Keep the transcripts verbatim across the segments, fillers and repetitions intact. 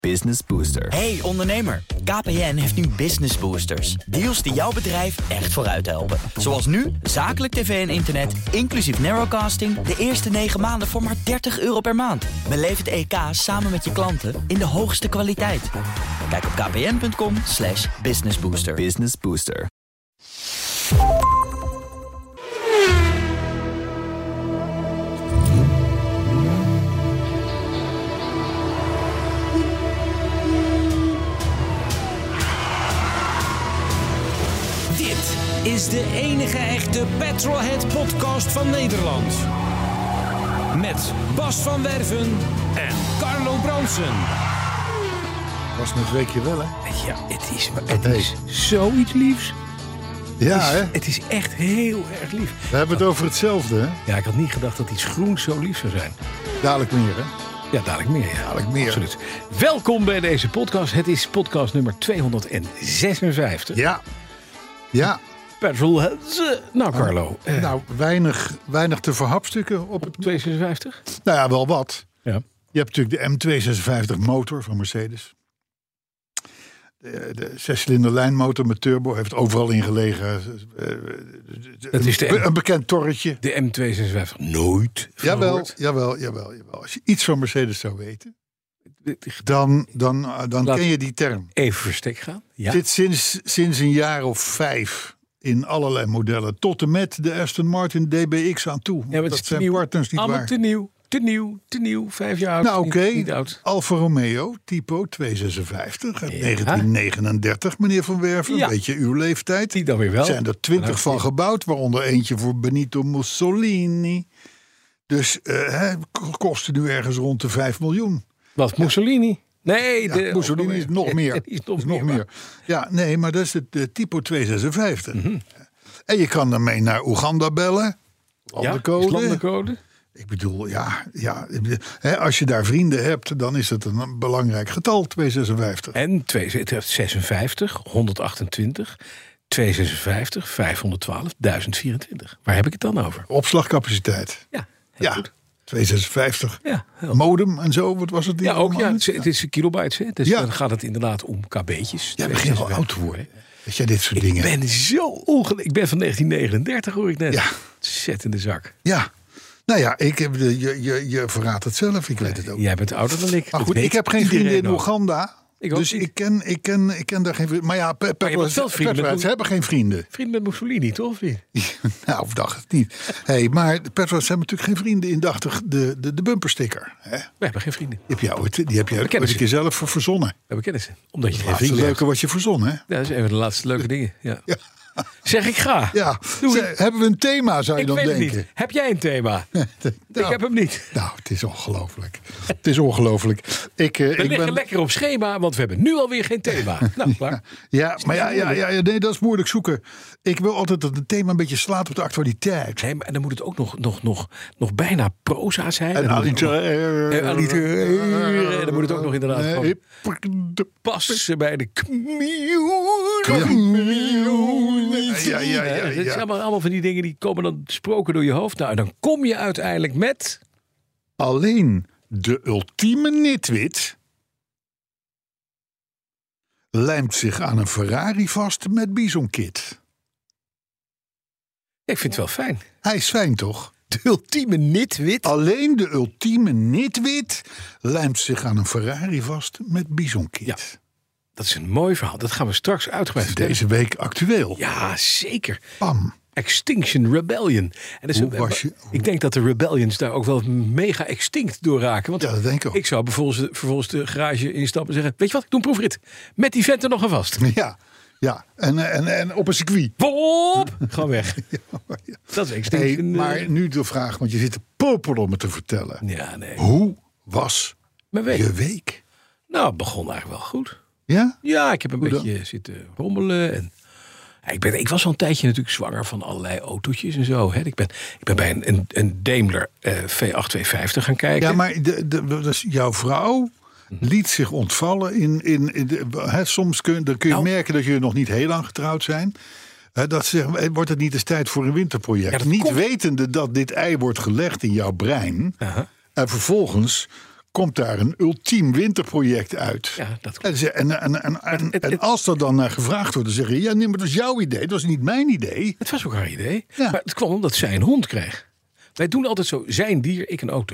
Business Booster. Hey ondernemer, K P N heeft nu Business Boosters. Deals die jouw bedrijf echt vooruit helpen. Zoals nu, zakelijk tv en internet, inclusief narrowcasting... de eerste negen maanden voor maar dertig euro per maand. Beleef het E K samen met je klanten in de hoogste kwaliteit. Kijk op kpn.com slash businessbooster. Business Booster. Is de enige echte Petrolhead-podcast van Nederland. Met Bas van Werven en Carlo Bronsen. Was een weekje wel, hè? Ja, het is, het is zoiets liefs. Ja, het is, hè? Het is echt heel erg lief. We hebben het over hetzelfde, hè? Ja, ik had niet gedacht dat iets groens zo lief zou zijn. Dadelijk meer, hè? Ja, dadelijk meer. Ja. Dadelijk meer. Absoluut. Welkom bij deze podcast. Het is podcast nummer tweehonderdzesenvijftig. Ja. Ja. Petrolheads. Nou, Carlo. Uh, uh, nou, weinig, weinig te verhapstukken op het... tweehonderdzesenvijftig? Nou ja, wel wat. Ja. Je hebt natuurlijk de M tweehonderdzesenvijftig motor van Mercedes. De, de zescilinder lijnmotor met turbo heeft overal in gelegen. Uh, Dat is de een, een bekend torretje. De M tweehonderdzesenvijftig nooit Jawel, jawel, jawel, jawel. Als je iets van Mercedes zou weten, dan, dan, dan ken je die term. Even verstek gaan. Ja. Dit sinds, sinds een jaar of vijf in allerlei modellen. Tot en met de Aston Martin D B X aan toe. Ja, dat zijn nieuw. partners niet Allemaal waar. te nieuw, te nieuw, te nieuw. Vijf jaar oud. Nou oké, okay. Alfa Romeo Tipo tweehonderdzesenvijftig uit Ja. negentien negenendertig, meneer Van Werven. Ja. Een beetje uw leeftijd. Die dan weer wel. Zijn er twintig nou, van gebouwd, waaronder eentje voor Benito Mussolini. Dus uh, kostte nu ergens rond de vijf miljoen. Wat, Mussolini? Nee, Ja, de, Mussolini is nog meer. Die is nog, is meer, nog meer. Ja, nee, maar dat is het de Tipo tweehonderdzesenvijftig. Mm-hmm. En je kan daarmee naar Oeganda bellen. Landencode. Ja, landencode. Ik bedoel, ja, ja hè, als je daar vrienden hebt, dan is het een belangrijk getal, tweehonderdzesenvijftig. En tweehonderdzesenvijftig, honderdachtentwintig, tweehonderdzesenvijftig, vijfhonderdtwaalf, duizend vierentwintig. Waar heb ik het dan over? Opslagcapaciteit. Ja, heel ja. goed. tweehonderdzesenvijftig. Ja, heel. Modem en zo, wat was het? Ja, ook ja, het, ja. het is kilobytes, hè? Dus ja. dan gaat het inderdaad om kb'tjes. Jij begint al oud te worden. Weet je, dit soort ik dingen. Ik ben zo ongelukkig. Ik ben van negentien negenendertig, hoor ik net. Ja. Zet in de zak. Ja. Nou ja, ik heb de, je, je, je verraadt het zelf, ik weet het ook. Jij bent ouder dan ik. Maar Dat goed, ik heb geen vrienden in ook. Oeganda. Ik ook dus niet. ik ken, ik, ken, ik ken daar geen vrienden. Maar ja, pe- Maar je hebt wel vrienden met- Petrolheads hebben geen vrienden. Vrienden met Mussolini, toch? Of niet? Nou, of dacht het niet. Hey, maar de Petrolheads hebben natuurlijk geen vrienden indachtig de, de, de bumpersticker. Hè? We hebben geen vrienden. Die heb jij ooit, die heb jij ooit kennen een ze. keer zelf voor verzonnen. We hebben kennis. Omdat je geen Dat is het vrienden leuke hebt. wat je verzonnen, hè? Ja, dat is een van de laatste leuke dingen. Ja. Ja. Zeg ik ga. Ja, Doei. Zeg, hebben we een thema, zou je Ik dan weet het denken? niet. Heb jij een thema? Nou, Ik heb hem niet. Nou, het is ongelooflijk. Het is ongelooflijk. Ik, uh, We ik liggen ben... lekker op schema, want we hebben nu alweer geen thema. Nou, klaar. Ja, maar ja, ja, ja, ja, nee, dat is moeilijk zoeken. Ik wil altijd dat het thema een beetje slaat op de actualiteit. Nee, maar dan moet het ook nog, nog, nog, nog bijna proza zijn. En Dan moet het ook nog- aliter... Eh, aliter- en dan moet het ook nog inderdaad Nee, gewoon passen bij de Ja, ja, ja, Het is ja. allemaal, allemaal van die dingen die komen dan sproken door je hoofd. Nou, en dan kom je uiteindelijk met... Alleen de ultieme nitwit lijmt zich aan een Ferrari vast met bisonkit. Ik vind het wel fijn. Hij is fijn, toch? De ultieme nitwit. Alleen de ultieme nitwit lijmt zich aan een Ferrari vast met bisonkit. Ja. Dat is een mooi verhaal. Dat gaan we straks uitgebreid vertellen. Deze week actueel. Ja, zeker. Pam. Extinction Rebellion. En dus, Hoe was je- Ik denk dat de Rebellions daar ook wel mega extinct door raken. Want Ja, dat denk ik ook. ik zou vervolgens, vervolgens de garage instappen en zeggen... Weet je wat, ik doe een proefrit. Met die vent er nog aan vast. Ja, ja. En, en, en op een circuit. Wop! Gewoon weg. Ja, maar, ja. Dat is Hey, extinction. maar nu de vraag, want je zit te popelen om het te vertellen. Ja, nee. Hoe was Maar weet je je, week? nou, het begon eigenlijk wel goed. Ja? Ja, ik heb een Hoe beetje zitten rommelen. En, ja, ik, ben, ik was al een tijdje natuurlijk zwanger van allerlei autootjes en zo. Hè. Ik, ben, ik ben bij een, een, een Daimler uh, V acht tweehonderdvijftig gaan kijken. Ja, maar de, de, dus jouw vrouw liet zich ontvallen in... in, in de, hè, soms kun, dan kun je Nou. merken dat jullie nog niet heel lang getrouwd zijn. Hè, dat ze zeggen, wordt het niet eens tijd voor een winterproject? Ja, dat niet komt- wetende dat dit ei wordt gelegd in jouw brein. Aha. En vervolgens komt daar een ultiem winterproject uit. Ja, dat klopt. En, ze- en, en, en, en, Het- het- en het- als er dan naar gevraagd wordt, dan zeg je... ja, nee, maar dat was jouw idee, dat was niet mijn idee. Het was ook haar idee. Ja. Maar het kwam omdat zij een hond kreeg. Wij doen altijd zo, zijn dier, ik een auto.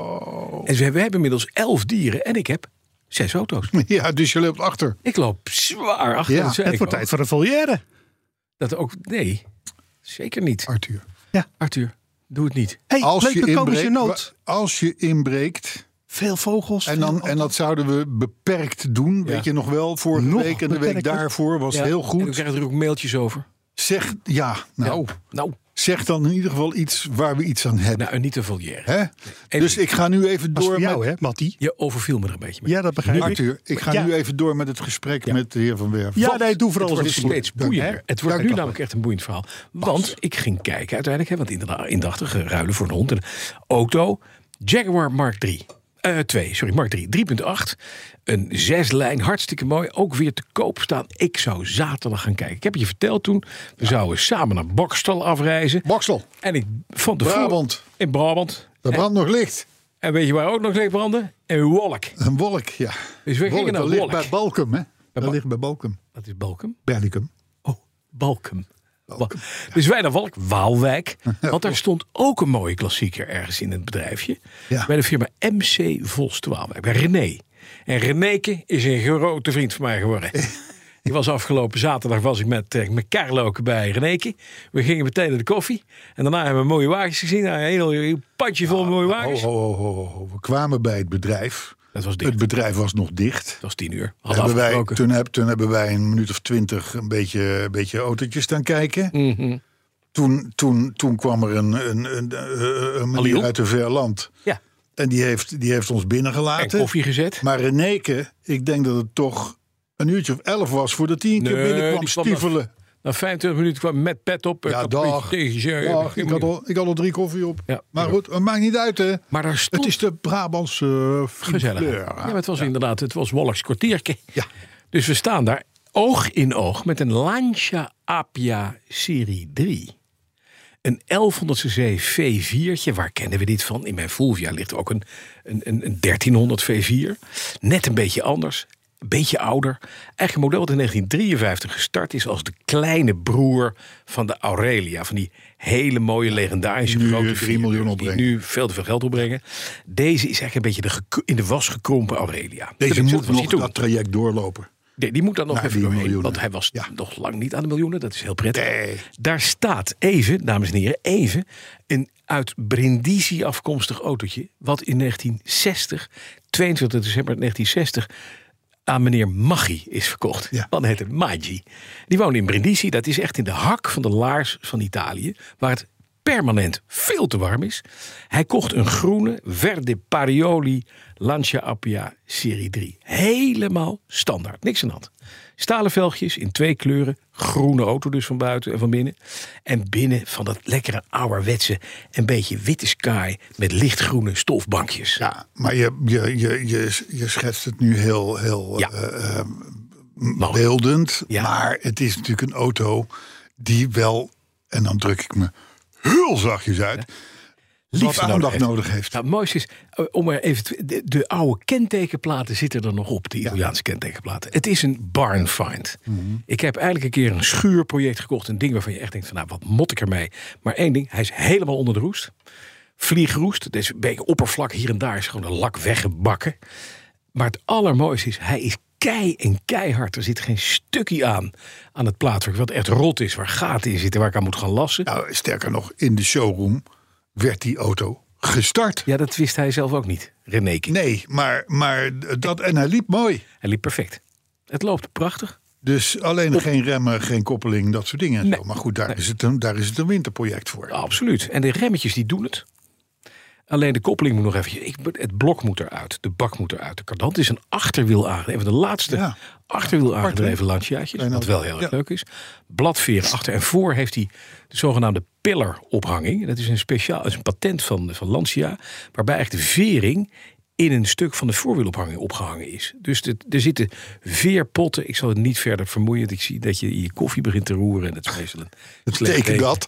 Oh. En ze hebben, we hebben inmiddels elf dieren en ik heb zes auto's. Ja, dus je loopt achter. Ik loop zwaar achter. Ja, dat zei Het ik wordt al. tijd voor een volière. Dat ook, nee, zeker niet. Arthur. Arthur, doe het niet. Hey, Als je, leuke komische inbreekt, noot. wa- als je inbreekt... Veel vogels. En, veel dan, en dat zouden we beperkt doen, Ja. weet je nog wel. Vorige Nog week en de week beperkter? daarvoor was Ja, heel En we goed. krijgen er ook mailtjes over. Zeg, ja, nou, Ja. Nou, zeg dan in ieder geval iets waar we iets aan hebben. nou, niet een volière. Hè? Dus ik ga nu even was door voor jou, met... hè, Mattie? Je overviel me er een beetje mee. Ja, dat begrijp ik. Arthur, ik ga Ja. nu even door met het gesprek met de heer Van Werf. Ja, Want nee, doe vooral Het eens wordt een steeds boeiender. Het wordt Dank nu u. namelijk echt een boeiend verhaal. Want ik ging kijken uiteindelijk, hè, want inderdaad, indachtig eh, ruilen voor een hond. Een auto, Jaguar Mark drie. Eh twee, sorry, Mark drie. drie punt acht. Een zeslijn, hartstikke mooi. Ook weer te koop staan. Ik zou zaterdag gaan kijken. Ik heb je verteld toen, we zouden samen naar Bokstel afreizen. Boksel, En ik van tevoren... Brabant. In Brabant. daar brandt nog licht. En weet je waar ook nog licht brandde? Een wolk. Een wolk, ja. Dus we Wolk, gingen naar dat ligt Wolk. bij Balkum, hè? Dat Ba- ligt bij Balkum. Dat is Balkum. Berlicum. Oh, Balkum. Wa- Dus wij naar Walk, Waalwijk. Want daar stond ook een mooie klassieker ergens in het bedrijfje. Ja. Bij de firma M C Vos te Waalwijk. Bij René. En Renéke is een grote vriend van mij geworden. Ik was afgelopen zaterdag was ik met, eh, met Carlo ook bij Renéke. We gingen meteen naar de koffie. En daarna hebben we mooie wagens gezien. Nou, een heel, heel padje vol mooie Ho, wagens. ho, ho, ho, ho. We kwamen bij het bedrijf. Dat was dicht. Het bedrijf was nog dicht. Dat was tien uur. Hadden Hebben wij, afgesproken. toen, heb, toen hebben wij een minuut of twintig een beetje, een beetje autootjes staan kijken. Mhm. Toen, toen, toen kwam er een, een, een, een meneer Halil? uit een ver land. Ja, En die heeft, die heeft ons en binnengelaten. koffie gezet. Maar Renéke, ik denk dat het toch een uurtje of elf was voordat hij een keer Nee, binnenkwam die kwam stiefelen. Na vijfentwintig minuten kwam met pet op. Ja, ik had een dag. beetje tegen je- Ja, ik, had al, ik had al drie koffie op. Ja. maar Ja. goed, het maakt niet uit, hè. Maar daar stond Het is de Brabantse uh, gezellig. Ja, maar het was inderdaad, het was Wallachs kwartiertje. Ja. Dus we staan daar oog in oog met een Lancia Appia Serie drie. Een elfhonderd cc V viertje, waar kennen we dit van? In mijn Fulvia ligt ook een, een, een, een dertienhonderd V vier. Net een beetje anders, een beetje ouder. Eigenlijk een model dat in negentien drieënvijftig gestart is als de kleine broer van de Aurelia. Van die hele mooie legendarische Nu grote drie vier, miljoen die opbrengen. nu veel te veel geld opbrengen. Deze is eigenlijk een beetje de gek- in de was gekrompen Aurelia. Deze Dat moet was hij nog toen. dat traject doorlopen. Nee, die moet dan nog Naar even die doorheen. miljoenen. Want hij was Ja. nog lang niet aan de miljoenen. Dat is heel prettig. Nee. Daar staat even, dames en heren, even... een uit Brindisi afkomstig autootje... wat in negentien zestig, tweeëntwintig december negentien zestig... aan meneer Maggi is verkocht. Ja. Dan heet het Maggi. Die woonde in Brindisi. Dat is echt in de hak van de laars van Italië. Waar het permanent veel te warm is. Hij kocht een groene Verde Parioli Lancia Appia Serie drie. Helemaal standaard. Niks aan de hand. Stalen velgjes in twee kleuren. Groene auto dus van buiten en van binnen. En binnen van dat lekkere ouderwetse... een beetje witte sky met lichtgroene stofbankjes. Ja, maar je, je, je, je, je schetst het nu heel, heel Ja. eh, eh, Nou, beeldend. Ja. Maar het is natuurlijk een auto die wel, en dan druk ik me heel zachtjes uit, wat liefde aandacht heeft. nodig heeft. Nou, het mooiste is, eh, om er even te- de, de oude kentekenplaten zitten er nog op, de Italiaanse kentekenplaten. Het is een barn find. Mhm. Ik heb eigenlijk een keer een schuurproject gekocht, een ding waarvan je echt denkt van, nou, wat mot ik ermee? Maar één ding, hij is helemaal onder de roest. Vliegroest, het is een beetje oppervlak, hier en daar is gewoon de lak weggebakken. Maar het allermooiste is, hij is kei en keihard. Er zit geen stukje aan, aan het plaatwerk, wat echt rot is, waar gaten in zitten, waar ik aan moet gaan lassen. Nou, sterker nog, in de showroom werd die auto gestart. Ja, dat wist hij zelf ook niet, Renéke. Nee, maar, maar dat, en hij liep mooi. Hij liep perfect. Het loopt prachtig. Dus alleen geen remmen, geen koppeling, dat soort dingen. En Nee. zo. Maar goed, daar, is het een, daar is het een winterproject voor. Absoluut. En de remmetjes die doen het. Alleen de koppeling moet nog even... Ik, het blok moet eruit. De bak moet eruit. De kardant is een achterwiel aangedreven. De laatste Ja. achterwiel Apart, aangedreven Lanciaatjes. Klein Wat wel auto. heel erg Ja. leuk is. Bladveren achter en voor heeft hij de zogenaamde pillar ophanging. Dat is een speciaal is een patent van, van Lancia. Waarbij echt de vering in een stuk van de voorwielophanging opgehangen is. Dus de, er zitten veerpotten. Ik zal het niet verder vermoeien. Want ik zie dat je je koffie begint te roeren. En het is meestal een Het slecht betekent teken. dat.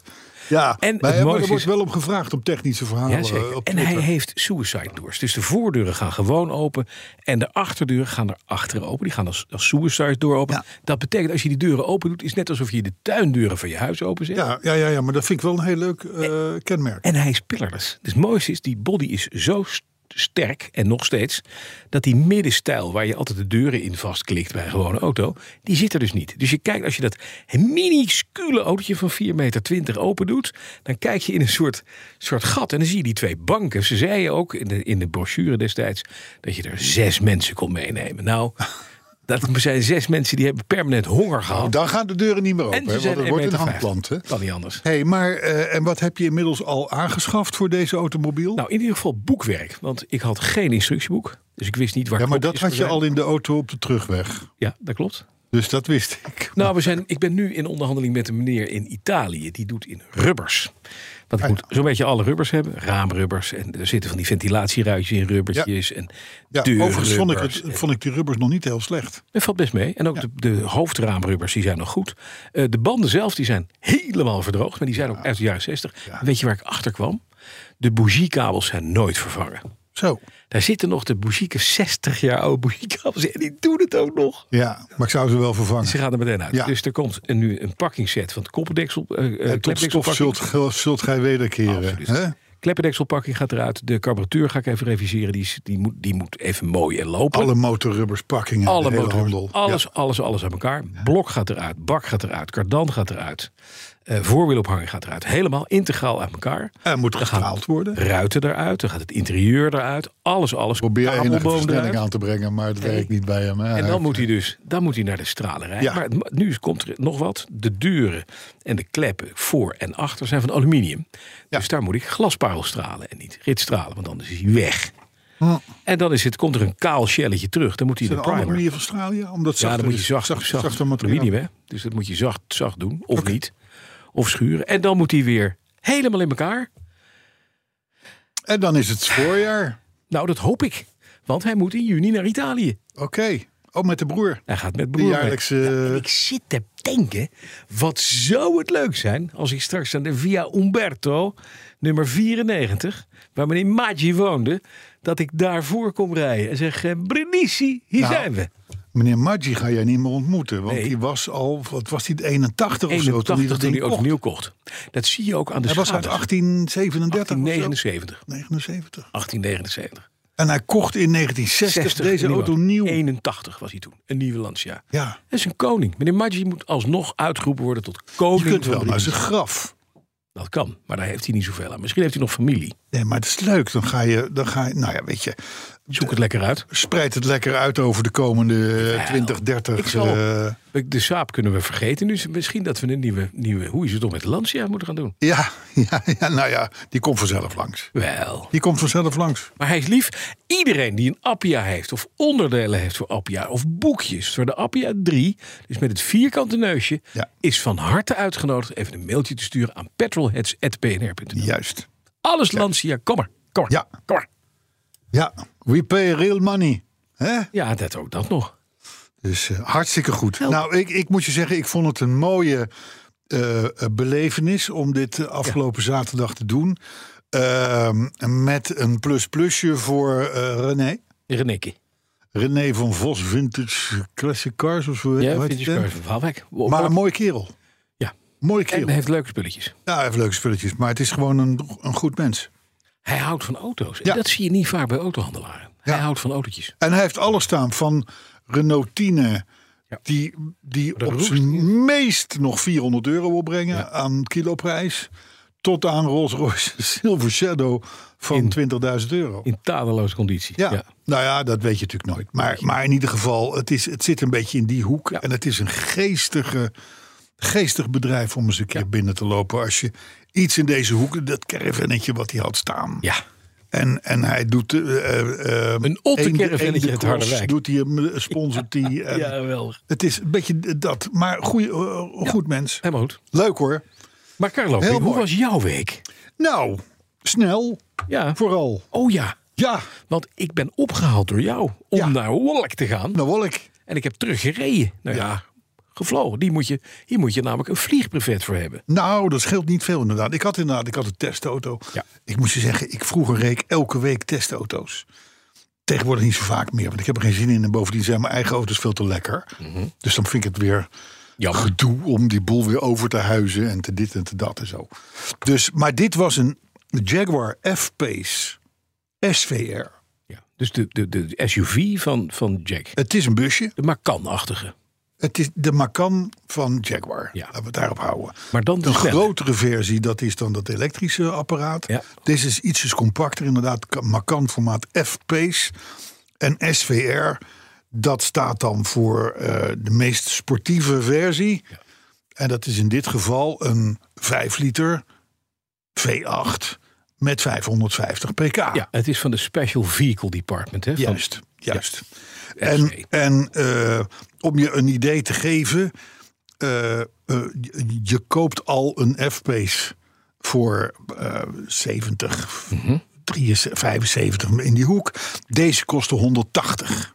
Ja, En maar, het ja, maar mooiste er wordt is- wel om gevraagd op technische verhalen. Ja, zeker. Op En hij Twitter. heeft suicide doors. Dus de voordeuren gaan gewoon open. En de achterdeuren gaan er achter open. Die gaan als, als suicide door open. Ja. Dat betekent als je die deuren open doet, is het net alsof je de tuindeuren van je huis openzet. Ja, ja, ja, ja, maar dat vind ik wel een heel leuk uh, kenmerk. En hij is pillarless. Dus het mooiste is, die body is zo st- sterk, en nog steeds, dat die middenstijl waar je altijd de deuren in vastklikt bij een gewone auto, die zit er dus niet. Dus je kijkt, als je dat mini-scule autootje van vier meter twintig open doet, dan kijk je in een soort, soort gat en dan zie je die twee banken. Ze zeiden ook in de, in de brochure destijds dat je er zes mensen kon meenemen. Nou, dat zijn zes mensen die hebben permanent honger gehad. Dan gaan de deuren niet meer open, En ze hè, zijn want het wordt een één meter handplant. Hè? Kan niet anders. Hey, maar uh, en wat heb je inmiddels al aangeschaft voor deze automobiel? Nou, in ieder geval boekwerk. Want ik had geen instructieboek. Dus ik wist niet waar ja, maar knopjes dat had je voor al zijn. in de auto op de terugweg. Ja, dat klopt. Dus dat wist ik. Nou, we zijn, ik ben nu in onderhandeling met een meneer in Italië. Die doet in rubbers. Want ik Ah, moet zo'n beetje alle rubbers hebben. Raamrubbers. En er zitten van die ventilatieruitjes in rubbertjes. En Ja, deurrubbers. overigens vond ik, het, vond ik die rubbers nog niet heel slecht. Dat valt best mee. En ook Ja. de, de hoofdraamrubbers die zijn nog goed. Uh, de banden zelf die zijn helemaal verdroogd. Maar die zijn ook uit de jaren zestig. Ja. Weet je waar ik achter kwam? De bougiekabels zijn nooit vervangen. Zo. Daar zitten nog de bougieke zestig jaar oude bougiekabels in. En die doen het ook nog. Ja, maar ik zou ze wel vervangen. Ze gaan er meteen uit. Ja. Dus er komt een, nu een pakkingset van het koppendeksel. Uh, En tot kleppendeksel stof zult, zult gij wederkeren. Absoluut. Hè? Kleppendekselpakking gaat eruit. De carburateur ga ik even reviseren. Die, is, die, moet, die moet even mooi en lopen. Alle motorrubberspakkingen. Alle de hele motoren, handel. alles, Ja. alles, alles aan elkaar. Blok gaat eruit. Bak gaat eruit. Kardan gaat eruit. Uh, voorwielophanging gaat eruit. Helemaal integraal uit elkaar. Er moet Dan gestraald gaan worden. ruiten eruit. Dan gaat het interieur eruit. Alles, alles. Probeer enige Kabelboom versnelling eruit. aan te brengen, maar het Nee. werkt niet bij hem. Hè. En Hij dan heeft- moet hij dus dan moet hij naar de stralerij. Ja. Maar het- nu komt er nog wat. De deuren en de kleppen voor en achter zijn van aluminium. Ja. Dus daar moet ik glasparelstralen en niet ritstralen. Want anders is hij weg. Hm. En dan is het, komt er een kaal shelletje terug. Dan moet hij Is de er een andere primer. manier van stralen? Omdat Ja, dan moet je zacht, zacht, zacht, zachter materiaal. aluminium, hè? Dus dat moet je zacht, zacht doen. Of Oké. niet. Of schuren. En dan moet hij weer helemaal in elkaar. En dan is het voorjaar. Nou, dat hoop ik. Want hij moet in juni naar Italië. Oké. Oh, met de broer. Hij gaat met De broer mee. jaarlijkse... Ja, en ik zit te denken, wat zou het leuk zijn als ik straks aan de Via Umberto, nummer vierennegentig, waar meneer Maggi woonde, dat ik daarvoor kom rijden en zeg, eh, Brindisi, hier Nou, zijn we. Meneer Maggi ga jij niet meer ontmoeten. Want Nee. die was al, wat was die, eenentachtig of zo? Toen hij eenentachtig dat toen ding hij kocht. autonieuw kocht. Dat zie je ook aan de Hij was uit schades. achttien zevenendertig achttien of zo? negenenzeventig. negenenzeventig. achttien negenenzeventig. En hij kocht in negentien zestig zestig, deze nieuwe auto nieuw. eenentachtig was hij toen. Een nieuwe Lancia. Ja, Dat is een koning. Meneer Maggi moet alsnog uitgeroepen worden tot koning. je kunt van wel naar Brindisi. zijn graf. Dat kan, maar daar heeft hij niet zoveel aan. Misschien heeft hij nog familie. Nee, maar het is leuk. Dan ga je, dan ga je, nou ja, weet je, Zoek het lekker uit. spreid het lekker uit over de komende twintig, dertig. ik zal- eh, De Saab kunnen we vergeten. Dus misschien dat we een nieuwe, nieuwe hoe is het toch met de Lancia moeten gaan doen. ja, ja, ja, nou ja, die komt vanzelf langs. Wel. Die komt vanzelf langs. Maar hij is lief. Iedereen die een Appia heeft of onderdelen heeft voor Appia of boekjes voor de Appia drie, dus met het vierkante neusje, Ja. is van harte uitgenodigd even een mailtje te sturen aan petrolheads at p n r punt n l. Juist. Alles Lancia, kom maar. Kom maar. Ja. Kom maar. Ja, we pay real money. Hè? Ja, dat ook dat nog. Dus uh, hartstikke goed. Help. Nou, ik, ik moet je zeggen, ik vond het een mooie uh, belevenis om dit uh, afgelopen ja. zaterdag te doen. Uh, met een plus-plusje voor uh, René. Reneke. René van Vos Vintage Classic Cars of zo. Ja, Vintage Cars van Waalwijk. Maar een mooie kerel. Ja. Mooie En kerel. hij heeft leuke spulletjes. Ja, hij heeft leuke spulletjes. Maar het is gewoon een, een goed mens. Hij houdt van auto's. En Ja. dat zie je niet vaak bij autohandelaren. Hij Ja. houdt van autootjes. En hij heeft alles staan van Renault Tine, Ja. die, die De op roest. zijn meest nog vierhonderd euro wil brengen Ja. aan kiloprijs. Tot aan Rolls-Royce Silver Shadow van In- twintigduizend euro. In tadeloze conditie. Ja. Nou ja, dat weet je natuurlijk nooit. Maar, maar in ieder geval, het, is, het zit een beetje in die hoek. Ja. En het is een geestige, geestig bedrijf om eens een keer Ja. binnen te lopen. Als je iets in deze hoek, dat caravannetje wat hij had staan. Ja. En, en hij doet... uh, uh, Een Otte caravannetje uit Harderwijk. Doet hij hem, uh, sponsort hij. en Ja, wel. Het is een beetje dat. Maar goeie, uh, goed mens. Helemaal goed. Leuk hoor. Maar Carlo, Heel hoe mooi. was jouw week? Nou, snel. Ja. Vooral. Oh ja. Ja, Want ik ben opgehaald door jou om Ja. naar Wolk te gaan. nou wil ik. En ik heb teruggereden. Nou ja, gevlogen. Die moet je, hier moet je namelijk een vliegbrevet voor hebben. Nou, dat scheelt niet veel inderdaad. Ik had inderdaad ik had een testauto. Ja. Ik moest je zeggen, ik vroeger reed ik elke week testauto's. Tegenwoordig niet zo vaak meer, want ik heb er geen zin in. En bovendien zijn mijn eigen auto's veel te lekker. Mm-hmm. Dus dan vind ik het weer Jammer. gedoe om die boel weer over te huizen en te dit en te dat en zo. Dus, maar dit was een Jaguar F-Pace S V R. Ja, dus de, de, de S U V van, van Jack. Het is een busje. De Macan-achtige. Het is de Macan van Jaguar. Ja. Laten we het daarop houden. Maar dan de Een snelle. grotere versie, dat is dan dat elektrische apparaat. Ja. Deze is ietsjes compacter, inderdaad. Macan formaat F-Pace. En S V R, dat staat dan voor uh, de meest sportieve versie. Ja. En dat is in dit geval een vijf liter V acht met vijfhonderdvijftig pk. Ja, het is van de Special Vehicle Department. Hè, van Juist, juist. Ja. En, S V. en uh, om je een idee te geven, uh, uh, je, je koopt al een F-Pace voor uh, zeventig, Mm-hmm. drieënzeventig, vijfenzeventig in die hoek. Deze kostte honderdtachtig.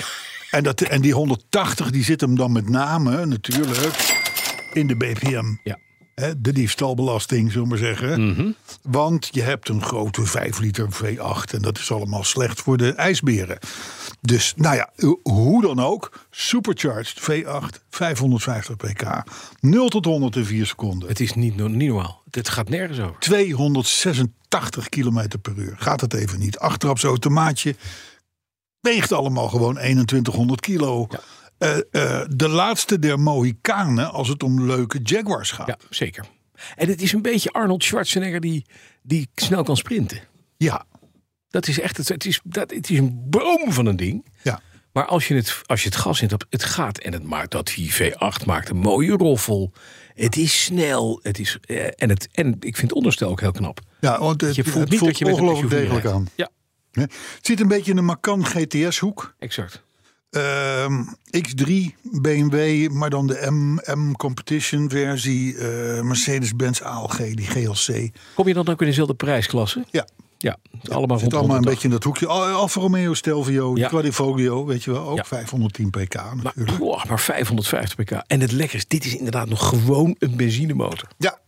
En, dat, en die honderdtachtig die zit hem dan met name natuurlijk in de B P M. Ja. Hè, de diefstalbelasting, zullen we maar zeggen. Mm-hmm. Want je hebt een grote vijf liter V acht. En dat is allemaal slecht voor de ijsberen. Dus nou ja, hoe dan ook. Supercharged V acht, vijfhonderdvijftig pk. nul tot honderd in vier seconden. Het is niet, no- niet normaal. Het gaat nergens over. tweehonderdzesentachtig kilometer per uur. Gaat het even niet. Achterapsautomaatje. Weegt allemaal gewoon eenentwintighonderd kilo. Ja. Uh, uh, de laatste der Mohikanen als het om leuke Jaguars gaat. Ja, zeker. En het is een beetje Arnold Schwarzenegger die, die snel kan sprinten. Ja, Dat is echt het, het, is, dat, het is een boom van een ding. ja. Maar als je het, als je het gas in hebt, het gaat en het maakt dat die V acht maakt een mooie roffel. Het is snel. Het is, eh, en, het, en ik vind het onderstel ook heel knap. Ja, want het, Je voelt het niet voelt dat je met een ongelooflijk S U V degelijk rijdt. aan. Ja, Hè? Het zit een beetje in de Macan G T S-hoek. exact. Ehm, X drie B M W, maar dan de M, M Competition versie. eh, Mercedes-Benz A L G, die G L C. Kom je dan ook in dezelfde prijsklasse? Ja, Ja, het allemaal zit rond allemaal een honderdtachtig. beetje in dat hoekje. Al- Alfa Romeo Stelvio, Ja. Quadrifoglio, weet je wel. Ook Ja. vijfhonderdtien pk Maar, natuurlijk. boah, maar vijfhonderdvijftig pk. En het lekker is, dit is inderdaad nog gewoon een benzinemotor. Ja,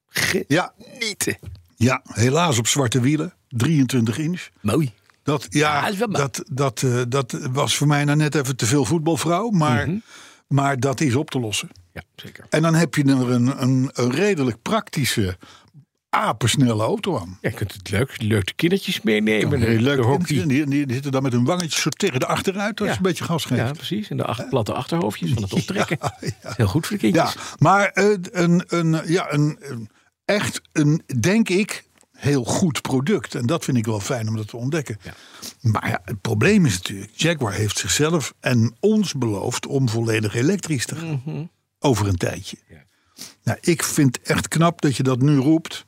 ja, Genieten. ja, helaas op zwarte wielen. drieëntwintig inch. Mooi. Dat, ja, Ja, dat is wel mooi. dat, dat, eh, dat was voor mij nou net even te veel voetbalvrouw. Maar, Mhm. maar dat is op te lossen. Ja, zeker. En dan heb je er een, een, een redelijk praktische, apensnelle auto aan. Ja, je kunt het leuk, leuk de kindertjes meenemen. Heel leuk. De hockey. En die, die, die zitten dan met hun wangetjes zo tegen de achteruit als Ja. je een beetje gas geeft. Ja, precies. En de acht, platte achterhoofdjes van het optrekken. Ja, ja. Heel goed voor de Ja, kindjes. maar eh, een, een, ja, een, een, echt een, denk ik, heel goed product. En dat vind ik wel fijn om dat te ontdekken. Ja. Maar ja, het probleem is natuurlijk, Jaguar heeft zichzelf en ons beloofd om volledig elektrisch te gaan. Mhm. Over een tijdje. Ja. Nou, ik vind echt knap dat je dat nu roept.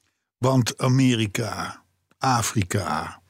Want Amerika, Afrika,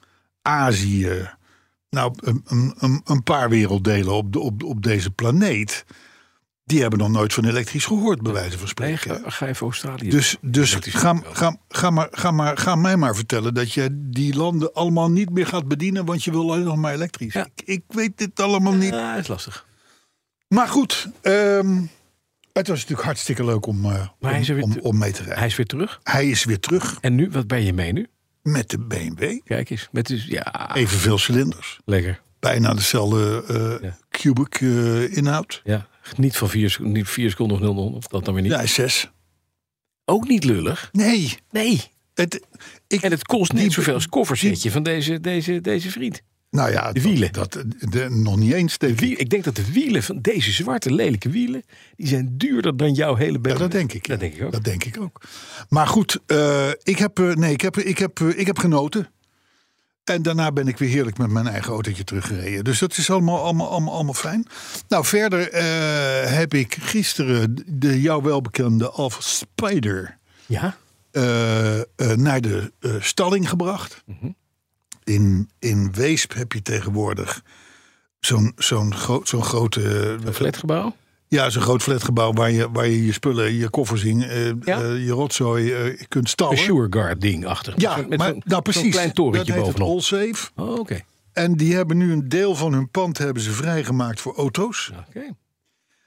Azië, nou, een, een, een paar werelddelen op, de, op, op deze planeet, die hebben nog nooit van elektrisch gehoord, bij wijze van Nee, spreken. ga, ga even Australië. Dus, dus Elektrisch ga, wel. ga, ga, maar, ga, maar, ga mij maar vertellen dat je die landen allemaal niet meer gaat bedienen, want je wil alleen nog maar elektrisch. Ja. Ik, ik weet dit allemaal niet. Ja, dat is lastig. Maar goed, ehm, het was natuurlijk hartstikke leuk om, uh, Maar hij is er om, weer om, te- om mee te rijden. Hij is weer terug. Hij is weer terug En nu, wat ben je mee nu? met de B M W. Kijk eens. Met dus, ja, Evenveel cilinders. lekker. Bijna dezelfde uh, Ja. cubic uh, inhoud. Ja, niet van vier, sec- niet vier seconden of nul nul. Of dat dan weer niet. Ja, zes. Ook niet lullig. Nee. Nee. Het, ik, En het kost Die- niet zoveel als het koffersetje van deze, deze, deze vriend. nou ja, de wielen. Dat, dat, de, nog niet eens. De Denk ik. wiel, ik denk dat de wielen van deze zwarte lelijke wielen, die zijn duurder dan jouw hele B M W. Ja, dat denk ik. Dat denk ik ook. Dat denk ik ook. Maar goed, uh, ik, heb, uh, nee, ik, heb, ik, heb, uh, ik heb genoten. En daarna ben ik weer heerlijk met mijn eigen autootje teruggereden. Dus dat is allemaal, allemaal, allemaal, allemaal fijn. Nou, verder uh, heb ik gisteren de jou welbekende Alfa Spider Ja? uh, uh, naar de uh, stalling gebracht. Mhm. In, in Weesp heb je tegenwoordig zo'n zo'n gro- zo'n grote... uh, Een flatgebouw? Ja, zo'n groot flatgebouw waar je, waar je je spullen, je koffers in, uh, Ja? uh, je rotzooi uh, kunt Een stallen. Sureguard ding achter. Ja, Met zo'n- met maar, zo'n- nou precies. Zo'n klein torentje dat heet het bovenop. Allsafe. Oh, oké. En die hebben nu een deel van hun pand hebben ze vrijgemaakt voor auto's. Oké.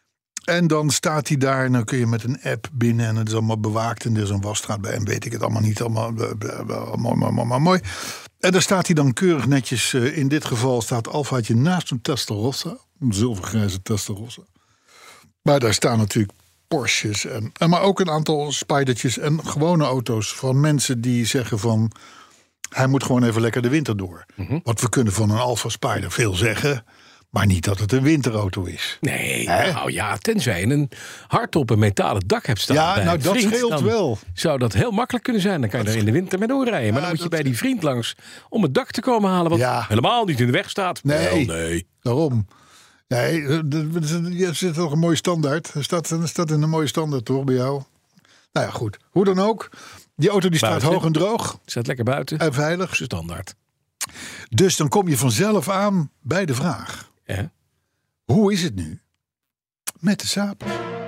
En dan staat hij daar en dan kun je met een app binnen en het is allemaal bewaakt en er is een wasstraat bij en weet ik het allemaal niet. Allemaal mooi, mooi, mooi, mooi. En daar staat hij dan keurig netjes. Uh, in dit geval staat Alfaatje naast een Testarossa, een zilvergrijze Testarossa. Maar daar staan natuurlijk Porsches en, en maar ook een aantal Spydertjes en gewone auto's van mensen die zeggen van hij moet gewoon even lekker de winter door. Mm-hmm. Want we kunnen van een Alfa Spider veel zeggen. Maar niet dat het een winterauto is. Nee, He? nou ja, tenzij je een hardtop een metalen dak hebt staan. Ja, bij nou een dat vriend, scheelt wel. Zou dat heel makkelijk kunnen zijn. Dan kan je er in de winter mee doorrijden. Maar ja, dan moet je bij die vriend langs om het dak te komen halen. Wat ja. helemaal niet in de weg staat. Nee, wel, nee. daarom. Nee, je zit toch een mooie standaard. Er staat, er staat in een mooie standaard toch bij jou? Nou ja, goed. Hoe dan ook. Die auto die staat buiten. Hoog en droog. Staat lekker buiten. En veilig. Standaard. Dus dan kom je vanzelf aan bij de vraag. Ja. Hoe is het nu met de Saab?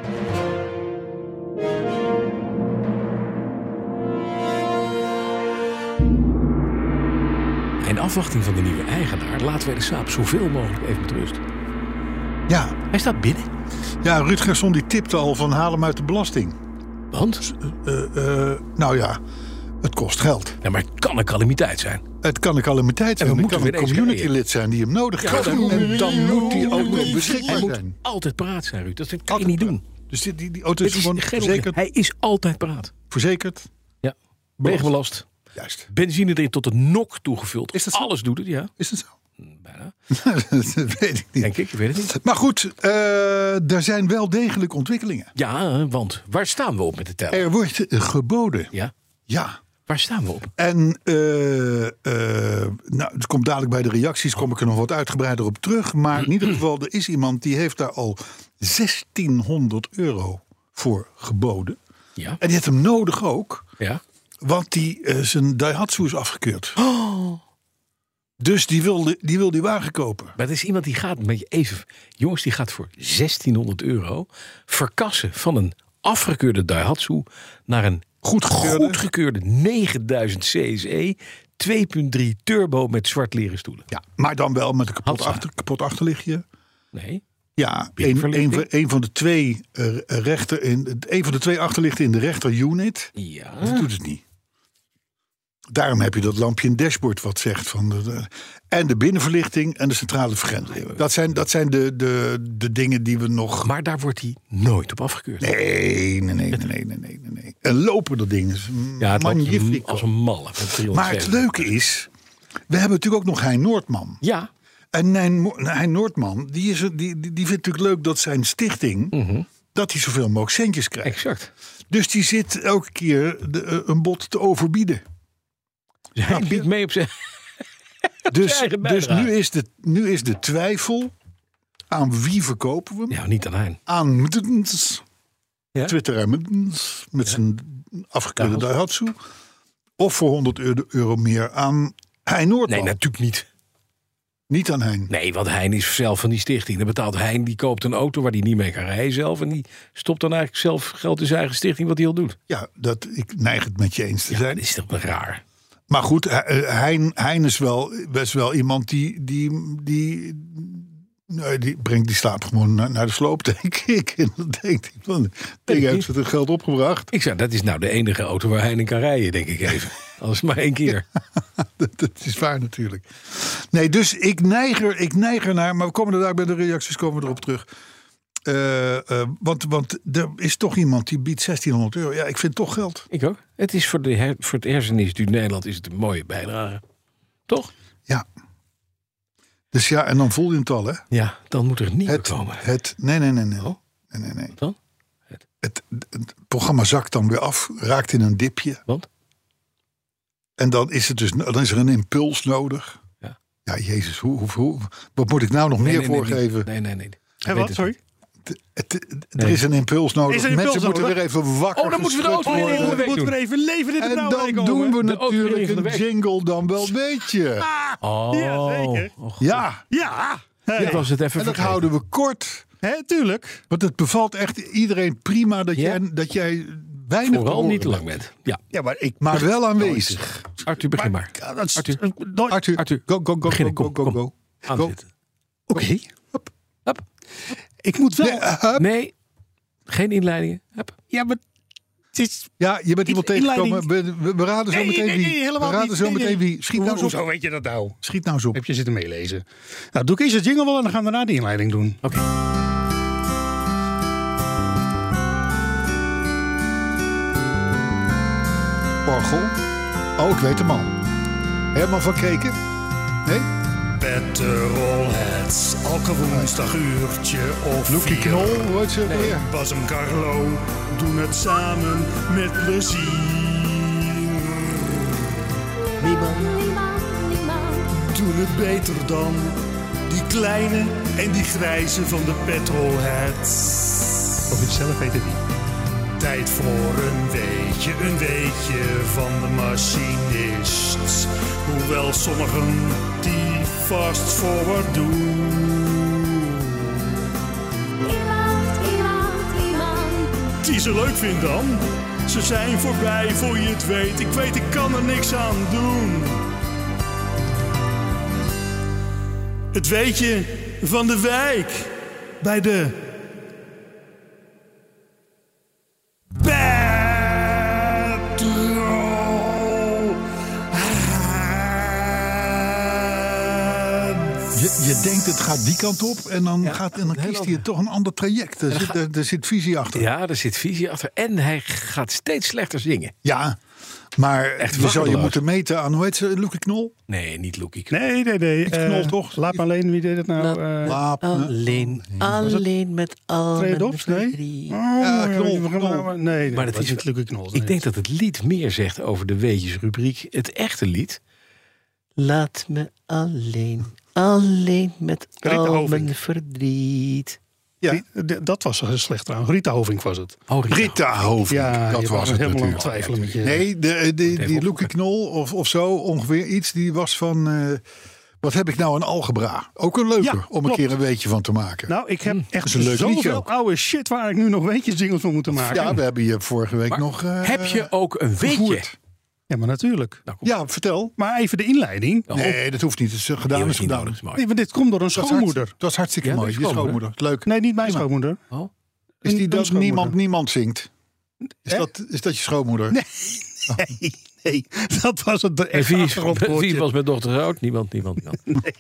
In afwachting van de nieuwe eigenaar laten wij de Saab zoveel mogelijk even met rust. Ja. Hij staat binnen. Ja, Ruud Gerson die tipte al van haal hem uit de belasting. Want? Uh, uh, nou ja, het kost geld. Ja, maar het kan een calamiteit zijn. Het kan een calamiteit zijn. Het kan een community-lid zijn die hem nodig ja, heeft. En, en dan moet die auto beschikbaar hij zijn. Moet altijd paraat zijn, Ruud. Dat kan altijd je niet doen. Dus die, die, die auto is, is gewoon verzekerd. Hij is altijd paraat. Verzekerd. Ja. Wegenbelast. Juist. Benzine erin tot de nok toegevuld. Is dat zo? Alles doet het, ja. Is dat zo? Bijna. Dat weet ik niet. Denk ik, ik weet het niet. Maar goed, uh, er zijn wel degelijk ontwikkelingen. Ja, want waar staan we op met de teller? Er wordt geboden. Ja? Ja. Waar staan we op? En uh, uh, nou, het komt dadelijk bij de reacties, kom ik er nog wat uitgebreider op terug. Maar in ieder geval, er is iemand die heeft daar al zestienhonderd euro voor geboden. Ja. En die heeft hem nodig ook. Ja. Want die, uh, zijn Daihatsu is afgekeurd. Oh. Dus die wil, de, die wil die wagen kopen. Maar er is iemand die gaat met je even. Jongens, die gaat voor zestienhonderd euro verkassen van een afgekeurde Daihatsu naar een goedgekeurde, goedgekeurde negenduizend C S E twee punt drie turbo met zwart leren stoelen. Ja, maar dan wel met een kapot, achter, kapot achterlichtje. Nee. Ja, een, een, een van de twee uh, rechter in, een van de twee achterlichten in de rechter unit. Ja. Dat doet het niet. Daarom heb je dat lampje in dashboard wat zegt van de, de, en de binnenverlichting en de centrale vergrendeling. Dat zijn, dat zijn de, de, de dingen die we nog. Maar daar wordt hij nooit op afgekeurd. Nee, nee, nee, nee, nee, nee, nee, nee. En lopen dat ding is ja, het magnifiek als een malle. Maar het leuke is, we hebben natuurlijk ook nog Hein Noordman. Ja. En Hein Noordman, die, is, die, die, die vindt natuurlijk leuk dat zijn stichting, mm-hmm. dat hij zoveel mogelijk centjes krijgt. Exact. Dus die zit elke keer de, een bod te overbieden. Hij biedt mee op zijn. Dus, dus nu, is de, nu is de twijfel: aan wie verkopen we hem? Ja, niet aan Hein. Aan Muttens, ja? Twitter Muttens, met ja? zijn afgekeurde Daihatsu. Of voor honderd euro meer aan Hein Noordman. Nee, natuurlijk niet. Niet aan Hein. Nee, want Hein is zelf van die stichting. Dan betaalt Hein, die koopt een auto waar hij niet mee kan rijden zelf. En die stopt dan eigenlijk zelf geld in zijn eigen stichting wat hij al doet. Ja, dat, ik neig het met je eens te ja, zijn. Dat is toch wel raar. Maar goed, Hein, Hein is wel best wel iemand die, die, die, nee, die brengt die slaap gewoon naar, naar de sloop, denk ik. En dan denkt hij van, ik heb ze het geld opgebracht. Ik zei, dat is nou de enige auto waar Hein in kan rijden, denk ik even. Alles maar één keer. dat, dat is waar natuurlijk. Nee, dus ik neig er, ik neig er naar, maar we komen er daar bij de reacties komen we erop terug. Uh, uh, want, want er is toch iemand die biedt zestienhonderd euro. Ja, ik vind toch geld. Ik ook. Het is voor, de her, voor het Herseninstituut Nederland is het een mooie bijdrage. Toch? Ja. Dus ja, en dan voel je het al, hè? Ja, dan moet er niet het, komen. Het, nee, nee, nee, nee. Oh? nee, nee, nee. Wat dan? Het. Het, het, het programma zakt dan weer af, raakt in een dipje. Want? En dan is, het dus, dan is er een impuls nodig. Ja, ja Jezus, hoe, hoe, hoe, wat moet ik nou nog nee, meer nee, voorgeven? Nee, nee, nee. nee. En wat, sorry? Het, het, het, nee. Er is een impuls nodig. Een impuls Mensen nodig? moeten weer even wakker Oh, dan moeten we de auto worden. van de week moeten we even leven in de En dan doen we natuurlijk een jingle dan wel, weet je. Oh, ja, zeker. Oh, ja. Ja. Hey. Dat was het even en dat vergeten. houden we kort. Hè, tuurlijk. Want het bevalt echt iedereen prima dat, ja. jij, dat jij weinig vooral niet te lang bent. Ja. Ja, maar ik maar wel aanwezig. Arthur, begin maar. maar. Dat is, Arthur. nooit... Arthur, Arthur, go, go, go, beginnen, go, kom, go, kom. go. Aan Go. zitten. Oké. Okay. Hup. Ik moet wel... Nee, uh, Nee, Geen inleidingen? Hup. Ja, maar het is... Ja, je bent iemand tegengekomen. inleiding. We, we, we raden zo Nee, meteen nee, wie. nee, helemaal we raden niet. zo Nee, meteen nee. wie. Schiet nou eens op. Hoezo weet je dat nou? Schiet nou eens op. Heb je zitten meelezen? Nou, doe ik eerst het jingle wel en dan gaan we daarna de inleiding doen. Oké. Orgel. Oh, ik weet hem al. Herman van Keken? Nee? Petrolheads, elke woensdaguurtje of Loekie vier. Knol, hoe heet ze weer? Bas en Carlo doen het samen met plezier. Niemand, niemand. Doen het beter dan die kleine en die grijze van de Petrolheads. Of je het zelf weet het niet. Tijd voor een weetje, een weetje van de machinist. Hoewel sommigen die fast forward doen. Iemand, iemand, iemand. Die ze leuk vindt dan. Ze zijn voorbij voor je het weet. Ik weet, ik kan er niks aan doen. Het weetje van de wijk. Bij de... Je, je denkt het gaat die kant op en dan, gaat, en dan kiest hij toch een ander traject. Er zit, er, er zit visie achter. Ja, er zit visie achter. En hij gaat steeds slechter zingen. Ja, maar Echt je zou je waardeloos. moeten meten aan, hoe heet ze, Loekie Knol? Nee, niet Loekie. Nee, nee, nee. Knol eh, toch? Laat me alleen, wie deed het nou? Eh Waap, Alleen, alleen met al Trey mijn Dobbs? Nee? verdriet. Oh, Ja, nee, Knol, we gaan Knol. maar- Nee, nee, Maar dat is niet Lucky Knol. Ik denk dat het lied meer zegt over de weetjesrubriek. Het echte lied. Laat me alleen, alleen met Rita al Hovink. mijn verdriet. Ja. Dat was zo slecht trouwens. Rita Hovink was het. Oh, Rita. Rita Hovink, Ja, dat je was het helemaal aan het natuurlijk. twijfelen met je. Nee, de, de, even die op. Loekie Knol of, of zo, ongeveer iets, die was van... eh, wat heb ik nou aan algebra? Ook een leuke, Ja, om een klopt. keer een weetje van te maken. Nou, ik heb echt is een leuk liedje zoveel ook. oude shit waar ik nu nog weetjes jingles van moeten maken. Ja, we hebben je vorige week Maar nog eh, heb je ook een weetje? vervoerd. Ja, maar natuurlijk. Nou, kom. Ja, vertel. Maar even de inleiding. Oh, Nee, dat hoeft niet. Het is eh, gedaan, die is is niet gedaan. nodig, is mooi. Nee, want dit komt door een Dat was schoonmoeder. hartstikke- Dat was hartstikke Ja, mooi. de Je schoonmoeder. schoonmoeder. Leuk. Nee, niet mijn schoonmoeder. Oh. Is die een dat schoonmoeder. niemand, niemand zingt? Is Hè? dat, is dat je schoonmoeder? Nee, nee, nee. Dat was het En echt wie, is, achtergrondkoortje. wie was mijn dochter oud? Niemand, niemand, niemand.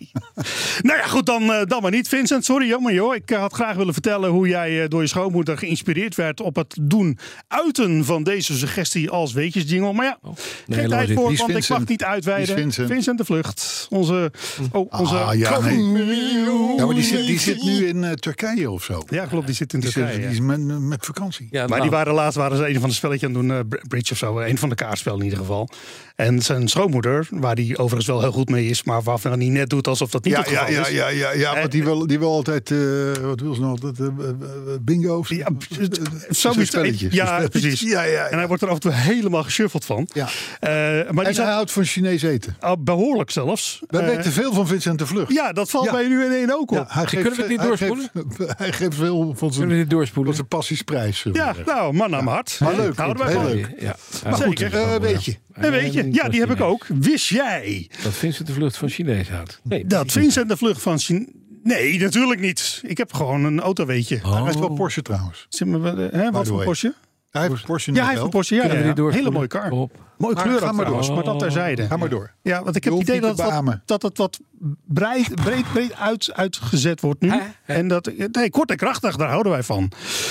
Nou ja, goed, dan, eh, dan maar niet. Vincent, sorry jammer joh. Ik eh, had graag willen vertellen hoe jij eh, door je schoonmoeder geïnspireerd werd op het doen uiten van deze suggestie als weetjesjingle. Maar ja, Nee, geen laat tijd zitten. voor, Wie is want ik Vincent? mag niet uitweiden. Wie is Vincent? de Vlucht. Onze... Oh, onze Ah, ja, nee. Ja, maar die zit, die zit nu in uh, Turkije of zo. Ja, klopt, die zit in Die, Turkije. zit, die ja. is met, met vakantie. Ja, Maar die waren laatst waren ze een van de spelletjes aan het doen, uh, Bridge of zo, een van de kaartspellen in ieder geval. En zijn schoonmoeder, waar die overigens wel heel goed mee is, maar waarvan hij niet net doet alsof dat niet Ja, het ja, geval ja, is. ja, ja, ja, want die wil, die wil altijd, uh, wat wil ze nou altijd, uh, uh, bingo's? Ja, Zo'n zo'n spelletjes. Ja, precies. Ja, ja, ja. En hij wordt er af en toe helemaal geschuffeld van. Ja. Uh, maar die En hij zat houdt van Chinees eten. uh, behoorlijk zelfs. We Uh, weten veel van Vincent de Vlucht. ja, dat valt Ja. bij nu in één ook op. Ja, hij Kunnen we het niet hij doorspoelen? Geeft, hij geeft veel van Kunnen we zijn, dit doorspoelen? van zijn passiesprijs. zullen we Ja, zeggen. nou, man aan mijn hart. Maar leuk, Houden wij heel van. leuk. Ja. Maar goed, Zeker. uh, weet je. En weet je, ja, die heb ik ook. Wist jij Dat Vincent de Vlucht van Chinees houdt? Nee, dat Vincent de Vlucht van Chine... Nee, natuurlijk niet. Ik heb gewoon een autoweetje. Oh. Hij heeft wel Porsche trouwens. Zeg maar, wat, hè, wat the voor way. Porsche? Hij heeft Porsche Ja, in hij de heeft een bel. Porsche. Ja, Kunnen ja, we die ja. doorspoelen? Hele mooie car. Op. Mooie Maar kleur ga ook maar trouwens, door. maar dat terzijde. Ga maar door. Ja, want ik Je heb het hoeft idee niet dat te het, wat, beamen. dat het wat breed, breed, breed uit, uitgezet wordt nu. Hè? Hè? En dat, nee, kort en krachtig, daar houden wij van.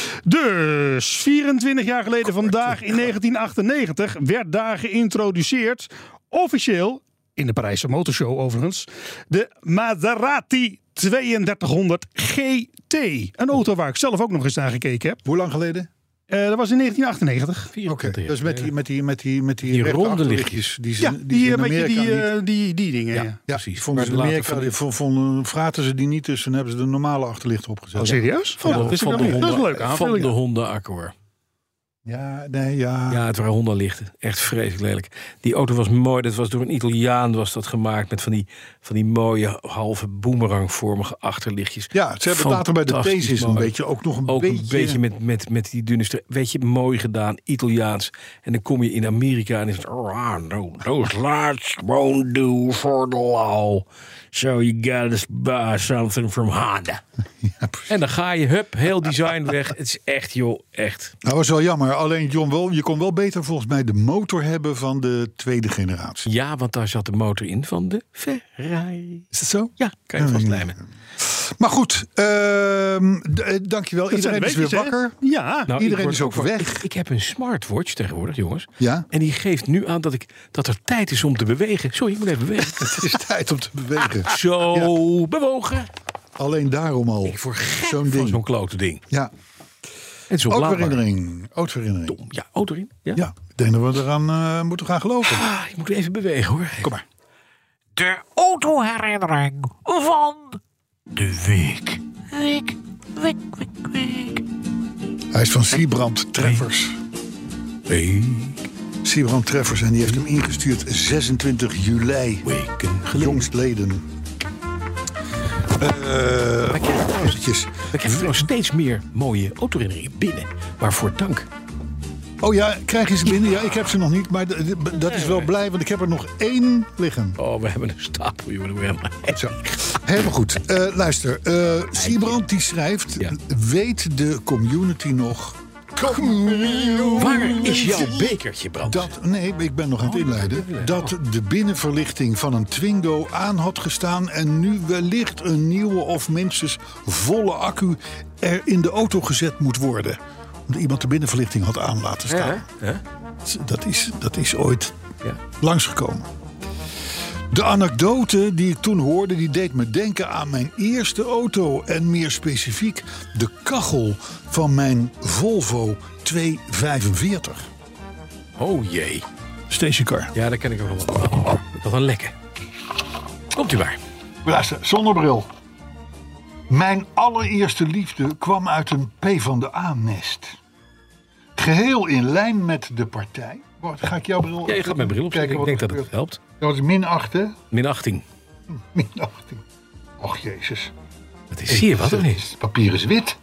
Dus, vierentwintig jaar geleden vandaag in negentien achtennegentig werd daar geïntroduceerd, officieel, in de Parijse Motorshow overigens, de Maserati tweeëndertighonderd G T. Een auto waar ik zelf ook nog eens naar gekeken heb. Hoe lang geleden? Uh, dat was in negentien achtennegentig. Oké, dus met die, met die, met die, met die, Die rechte ronde achterlichtjes Die ze, Ja, die, die, ze uh, in met je Amerika die, niet... uh, die, die dingen. Ja, Ja, precies. vonden ze in Maar Amerika, later die vo- vonden, vraten ze die niet, dus dan hebben ze de normale achterlichten opgezet. Oh, serieus? Van Oh, de, dat is van een de dat is een Honda, leuke van aanvulling. de Honda Accord. Ja, nee, ja. Ja, het waren Honda-lichten. Echt vreselijk lelijk. Die auto was mooi. Dat was door een Italiaan was dat gemaakt. Met van die, van die mooie halve boemerangvormige achterlichtjes. Ja, ze hebben later bij de Fantastisch Thesis een mooi. beetje ook nog een Ook beetje... een beetje met, met, met die dunne streep. Weet je, mooi gedaan. Italiaans. En dan kom je in Amerika en is het... Oh, no, those lights won't do for the law. So you gotta buy something from Honda. Ja, precies. En dan ga je, hup, heel design weg. Het is echt, joh, echt. Nou, was wel jammer. Alleen John, wel, je kon wel beter volgens mij de motor hebben van de tweede generatie. Ja, want daar zat de motor in van de Ferrari. Is dat zo? Ja, kan je vastlijmen. Maar goed, ehm d- eh, dankjewel. Dat zijn Iedereen de is weer weetjes, hè? wakker. Ja. Nou, Iedereen ik is word ook weg. Ik, ik heb een smartwatch tegenwoordig, jongens. Ja, En die geeft nu aan dat, ik, dat er tijd is om te bewegen. Sorry, ik moet even bewegen. het is tijd om te bewegen. Zo bewogen. Alleen daarom al. Ik word gek Zo'n van ding. zo'n klote ding. Ja, Het is oplaadbaar. autoherinnering. Autoherinnering. Dom. Ja, auto erin. Ja. Ja, ik denk dat we eraan eh, moeten gaan geloven. Ah, ik moet even bewegen, hoor. Kom maar. De autoherinnering van de week. Week, week, week, week. Hij is van Siebrand Treffers. Hey, Siebrand Treffers en die heeft hem ingestuurd zesentwintig juli. weken geleden. Jongstleden. Eh We krijgen trouwens, eventjes. we krijgen trouwens steeds meer mooie autoherinneringen binnen. Waarvoor dank. Oh ja, krijg je ze binnen? Ja, ik heb ze nog niet, maar d- d- dat is wel blij, want ik heb er nog één liggen. Oh, we hebben een stapel, jongen. Zo. Helemaal goed. Eh, luister, eh Siebrand die schrijft, Ja. weet de community nog... Waar is jouw bekertje, Brand? Dat, nee, ik ben nog aan het inleiden. Dat de binnenverlichting van een Twingo aan had gestaan en nu wellicht een nieuwe of minstens volle accu er in de auto gezet moet worden. Omdat iemand de binnenverlichting had aan laten staan. Ja, hè? Dat is, dat is ooit Ja. langsgekomen. De anekdote die ik toen hoorde, die deed me denken aan mijn eerste auto. En meer specifiek de kachel van mijn Volvo tweehonderdvijfenveertig. Oh jee. Stationcar. Ja, daar ken ik ook wel wat. Dat een lekker. Komt u maar. Luister, zonder bril. Mijn allereerste liefde kwam uit een PvdA-nest. Geheel in lijn met de partij. Wacht, ga ik jouw bril... Ja, je gaat mijn bril opzetten. Ik wat denk er dat het gebeurt. helpt. Dat is min acht, hè? Min achttien. min achttien. Och, jezus. Dat is, zie je wat of niet? Het papier is wit.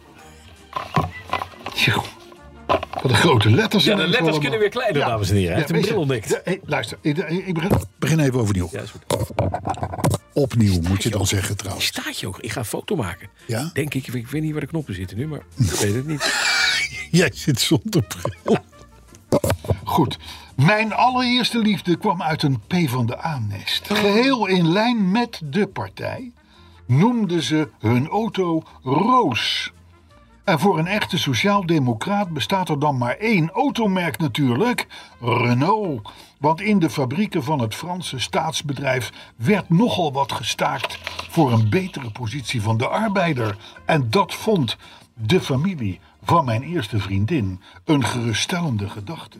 Tjoh. Wat een grote letters. Ja, zijn de er letters allemaal. kunnen weer kleiner, Ja. dames en heren. Hij heeft Ja, een weet je, bril ontdekt. de- hey, luister, ik, ik begin, begin even overnieuw. Ja, is goed. Opnieuw moet je dan zeggen trouwens. Staat je ook? Ik ga een foto maken. Ja? Denk ik. Ik weet niet waar de knoppen zitten nu, maar ik weet het niet. Jij zit zonder bril. Goed. Mijn allereerste liefde kwam uit een PvdA-nest. Geheel in lijn met de partij noemden ze hun auto Roos. En voor een echte sociaaldemocraat bestaat er dan maar één automerk natuurlijk, Renault. Want in de fabrieken van het Franse staatsbedrijf werd nogal wat gestaakt voor een betere positie van de arbeider. En dat vond de familie van mijn eerste vriendin een geruststellende gedachte.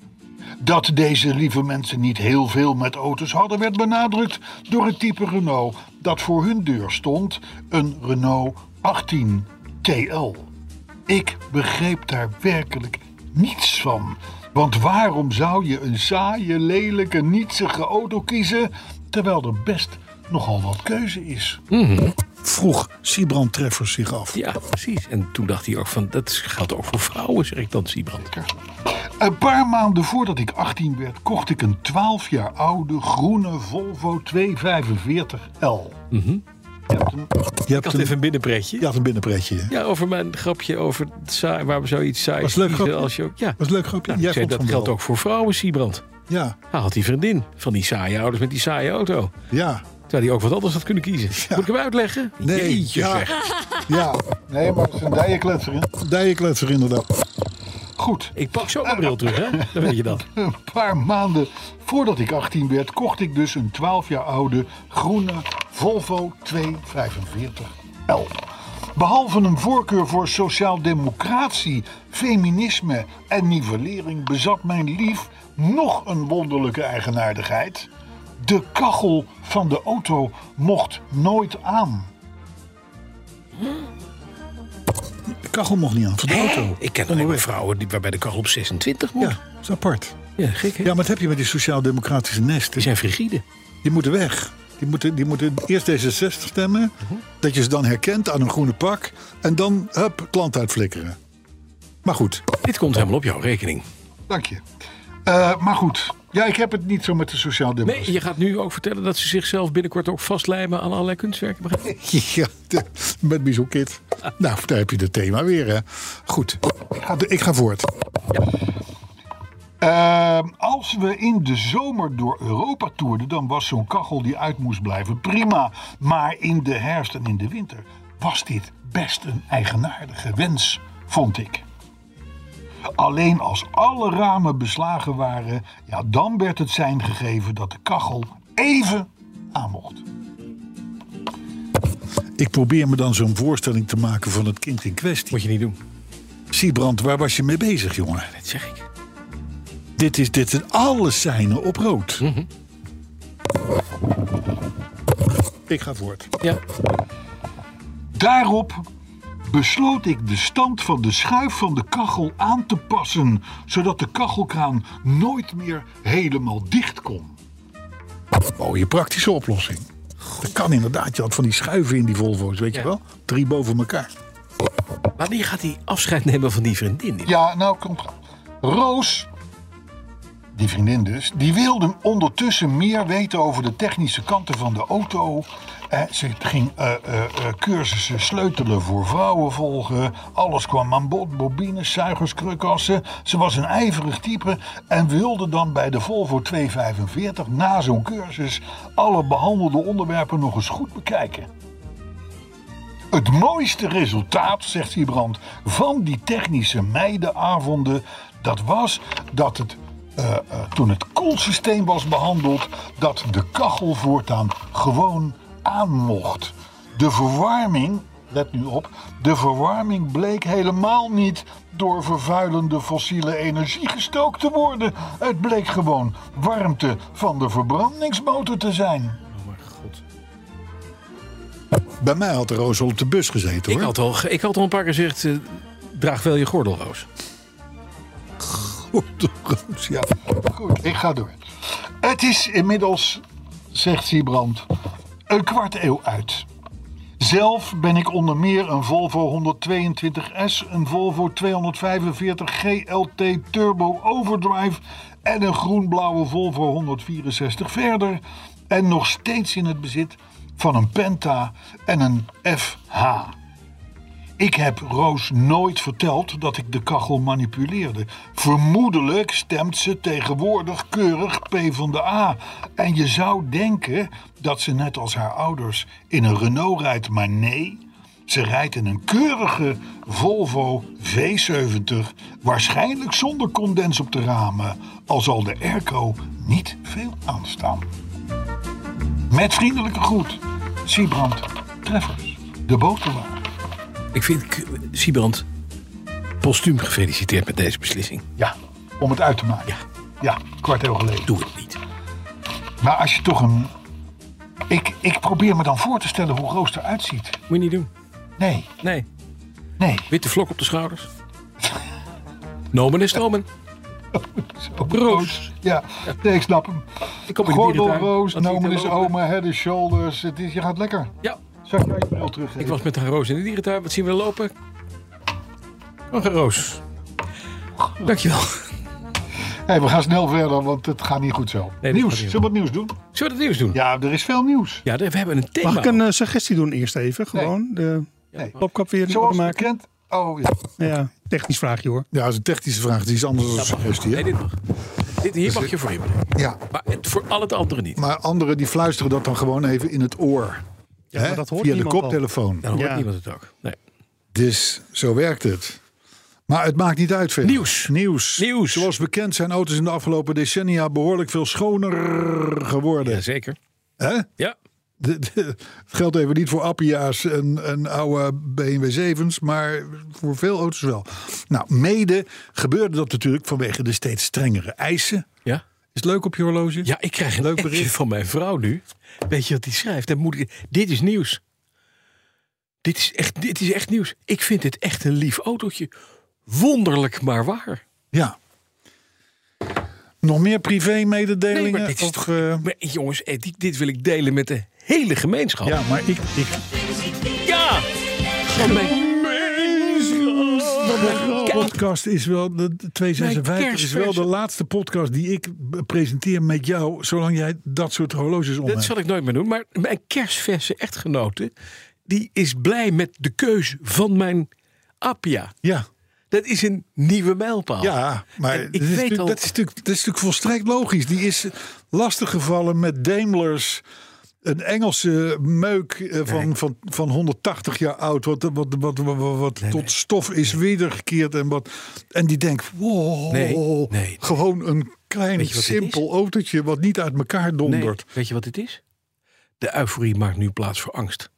Dat deze lieve mensen niet heel veel met auto's hadden, werd benadrukt door het type Renault dat voor hun deur stond, een Renault achttien T L. Ik begreep daar werkelijk niets van. Want waarom zou je een saaie, lelijke, nietsige auto kiezen, terwijl er best nogal wat keuze is? Mhm. Vroeg Siebrand Treffers zich af. Ja, precies. En toen dacht hij ook van, dat geldt ook voor vrouwen, zeg ik dan, Siebrand. Een paar maanden voordat ik achttien werd, kocht ik een twaalf jaar oude groene Volvo tweehonderdvijfenveertig L. Mhm. Je hebt een, je Ik hebt had een, even een binnenpretje. je had een binnenpretje. hè? Ja, over mijn grapje over het saai, waar we zoiets saai Was leuk kiezen grapje. als je ook. Ja, Was een leuk grapje. nou, Jij ik zei, vond dat van geldt wel. ook voor vrouwen, Siebrand. Ja, Hij had die vriendin van die saaie ouders met die saaie auto. ja. Terwijl hij ook wat anders had kunnen kiezen. Ja. Moet ik hem uitleggen? Nee, Jeetje, ja. zeg. Ja, nee, maar het is een dijenkletser, in. Dijenkletser inderdaad. Goed, Ik pak zo mijn bril terug, hè? Dan weet je dat. een paar maanden voordat ik achttien werd, kocht ik dus een twaalf jaar oude groene Volvo tweehonderdvijfenveertig L. Behalve een voorkeur voor sociaaldemocratie, feminisme en nivellering bezat mijn lief nog een wonderlijke eigenaardigheid. De kachel van de auto mocht nooit aan. De kachel mocht niet aan van de auto. Ik ken alleen maar vrouwen die, waarbij de kachel op zesentwintig moet. Ja, dat is apart. Ja, gek hè? Ja, maar wat heb je met die sociaal-democratische nesten? Die zijn frigide. Die moeten weg. Die moeten, die moeten eerst D zesenzestig stemmen. Dat je ze dan herkent aan een groene pak. En dan, hup, het land uitflikkeren. Maar goed. Dit komt helemaal op jouw rekening. Dank je. Uh, maar goed. Ja, ik heb het niet zo met de sociaal-democratie. Nee, je gaat nu ook vertellen dat ze zichzelf binnenkort ook vastlijmen aan allerlei kunstwerken. Ja, de, met Bizokit. Nou, daar heb je het thema weer. Hè. Goed, ik ga, ik ga voort. Ja. Uh, als we in de zomer door Europa toerden, dan was zo'n kachel die uit moest blijven prima. Maar in de herfst en in de winter was dit best een eigenaardige wens, vond ik. Alleen als alle ramen beslagen waren, ja, dan werd het sein gegeven dat de kachel even aan mocht. Ik probeer me dan zo'n voorstelling te maken van het kind in kwestie. Moet je niet doen. Siebrand, waar was je mee bezig, jongen? Dat zeg ik. Dit is dit zijn alle seinen op rood. Mm-hmm. Ik ga voort. Ja. Daarop besloot ik de stand van de schuif van de kachel aan te passen, zodat de kachelkraan nooit meer helemaal dicht kon. Mooie praktische oplossing. Dat kan inderdaad. Je had van die schuiven in die Volvo's, weet je ja. wel? Drie boven elkaar. Wanneer gaat hij afscheid nemen van die vriendin? Ja, nou komt Roos, die vriendin dus, die wilde ondertussen meer weten over de technische kanten van de auto. Eh, ze ging uh, uh, uh, cursussen sleutelen voor vrouwen volgen. Alles kwam aan bod, bobines, zuigers, krukassen. Ze was een ijverig type en wilde dan bij de Volvo tweehonderdvijfenveertig na zo'n cursus alle behandelde onderwerpen nog eens goed bekijken. Het mooiste resultaat, zegt Siebrand, van die technische meidenavonden, dat was dat het Uh, uh, toen het koelsysteem was behandeld, dat de kachel voortaan gewoon aan mocht. De verwarming, let nu op, de verwarming bleek helemaal niet door vervuilende fossiele energie gestookt te worden. Het bleek gewoon warmte van de verbrandingsmotor te zijn. Oh mijn god. Bij mij had de Roos al op de bus gezeten, hoor. Ik had al, ik had al een paar keer gezegd, uh, draag wel je gordel, Roos. Goed, ja. Goed, ik ga door. Het is inmiddels, zegt Siebrand, een kwart eeuw uit. Zelf ben ik onder meer een Volvo honderdtweeëntwintig S, een Volvo tweehonderdvijfenveertig G L T Turbo Overdrive en een groen-blauwe Volvo honderdvierenzestig verder en nog steeds in het bezit van een Penta en een F H. Ik heb Roos nooit verteld dat ik de kachel manipuleerde. Vermoedelijk stemt ze tegenwoordig keurig PvdA. En je zou denken dat ze net als haar ouders in een Renault rijdt, maar nee. Ze rijdt in een keurige Volvo V zeventig, waarschijnlijk zonder condens op de ramen, al zal de airco niet veel aanstaan. Met vriendelijke groet, Siebrand Treffers, de boterwaar. Ik vind Siebrand postuum gefeliciteerd met deze beslissing. Ja, om het uit te maken. Ja, ja kwart eeuw geleden. Doe het niet. Maar als je toch een... Ik, ik probeer me dan voor te stellen hoe Roos eruit ziet. Moet je niet doen. Nee. Nee. Nee. Witte vlok op de schouders. Nomen is nomen. Roos. Ja, nee, ik snap hem. Ik kom in de Gordel, dierentuin. Roos, Wat nomen ziet is er lopen? oma, head and shoulders. Het is, je gaat lekker. Ja. Zal ik jou je bril teruggeven? Ik was met een Roos in de dierentuin. Wat zien we er lopen? Nog een Roos. Dankjewel. Hey, we gaan snel verder, want het gaat niet goed zo. Nee, nieuws. gaat niet Zullen we wat nieuws doen? Zullen we het nieuws doen? Ja, er is veel nieuws. Ja, we hebben een thema. Mag ik een uh, suggestie doen eerst even? Gewoon de Nee. opkap weer Zoals maken. bekend. Oh ja. Ja, technisch vraagje hoor. Ja, dat is een technische vraag. Die is anders dan een suggestie. Nee, Hè? dit mag. Dit, hier mag je voor in bedenken. Ja, Maar het, voor al het andere niet. maar anderen die fluisteren dat dan gewoon even in het oor. Ja, Hè? maar dat hoort Via de niemand koptelefoon. Dan hoort Ja. niemand het ook. Nee. Dus zo werkt het. Maar het maakt niet uit verder. Nieuws. Nieuws. Nieuws. Zoals bekend zijn auto's in de afgelopen decennia behoorlijk veel schoner geworden. Jazeker. Hè? Ja. De, de, het geldt even niet voor Appia's en, en oude B M W zevens, maar voor veel auto's wel. Nou, mede gebeurde dat natuurlijk vanwege de steeds strengere eisen. Ja. Is het leuk op je horloge? Ja, ik krijg een Leuk appje bericht. van mijn vrouw nu. Weet je wat die schrijft? Dan moet ik, dit is nieuws. Dit is, echt, dit is echt nieuws. Ik vind dit echt een lief autootje. Wonderlijk, maar waar. Ja. Nog meer privé-mededelingen? Nee, maar dit is of, toch, uh... maar jongens, eh, dit, dit wil ik delen met de hele gemeenschap. Ja, maar ik... ik... Ja! Van mijn De podcast is wel, de tweehonderdzesenvijftig is wel de laatste podcast die ik presenteer met jou, zolang jij dat soort horloges om hebt. Dat zal ik nooit meer doen, maar mijn kerstverse echtgenote, die is blij met de keuze van mijn Appia. Ja. Dat is een nieuwe mijlpaal. Ja, maar ik dat, is weet al... dat, is natuurlijk, dat is natuurlijk volstrekt logisch. Die is lastiggevallen met Daimlers. Een Engelse meuk eh, van, Nee. van, van honderdtachtig jaar oud. Wat, wat, wat, wat, wat, wat Nee, tot nee. stof is wedergekeerd. En, wat, en die denkt, wow, Nee, nee, nee. gewoon een klein Weet je wat dit simpel autootje wat niet uit elkaar dondert. Nee, weet je wat dit is? De euforie maakt nu plaats voor angst.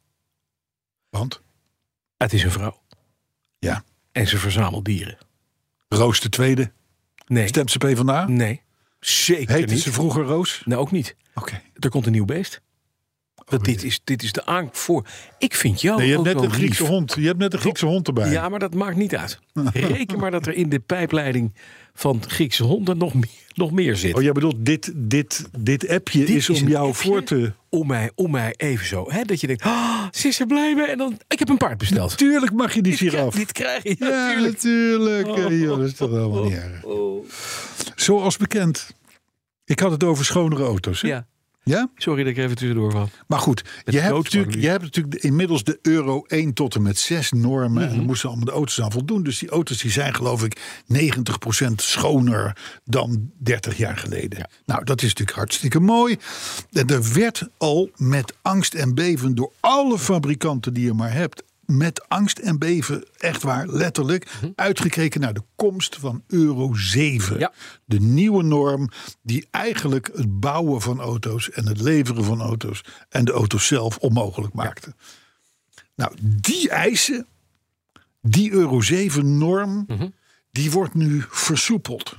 Want? Het is een vrouw. Ja. En ze verzamelt dieren. Roos de Tweede. Nee. Stemt ze PvdA? Nee. Zeker Heette niet. ze vroeger Roos? Nee, ook niet. Oké. Er komt een nieuw beest. Dat Oh, dit, jee. is, dit is de aank voor... Ik vind jou Nee, je hebt ook net wel een Griekse lief. hond. Je hebt net een Griekse hond erbij. Ja, maar dat maakt niet uit. Reken maar dat er in de pijpleiding van Griekse honden nog meer, nog meer zit. Oh, jij bedoelt, dit, dit, dit appje Dit is is om een jou appje voor te... Om mij, om mij even zo. Hè, dat je denkt, ah, ze is er blij mee. En dan, ik heb een paard besteld. Tuurlijk mag je die Dit, krijg- giraf. dit krijg je Ja, natuurlijk. natuurlijk. Oh, Eh, joh, dat is toch helemaal niet erg. Oh. Zoals bekend. Ik had het over schonere auto's. Hè? Ja, Ja? sorry dat ik er even tussendoor van. Maar goed, Met je hebt, noodparaplu. natuurlijk, je hebt natuurlijk inmiddels de Euro één tot en met zes normen. En daar moesten allemaal de auto's aan voldoen. Dus die auto's die zijn geloof ik negentig procent schoner dan dertig jaar geleden. Ja. Nou, dat is natuurlijk hartstikke mooi. En er werd al met angst en beven door alle fabrikanten die je maar hebt, met angst en beven, echt waar, letterlijk, uitgekeken naar de komst van Euro zeven. Ja. De nieuwe norm die eigenlijk het bouwen van auto's en het leveren van auto's en de auto's zelf onmogelijk maakte. Nou, die eisen, die Euro zeven norm, die wordt nu versoepeld.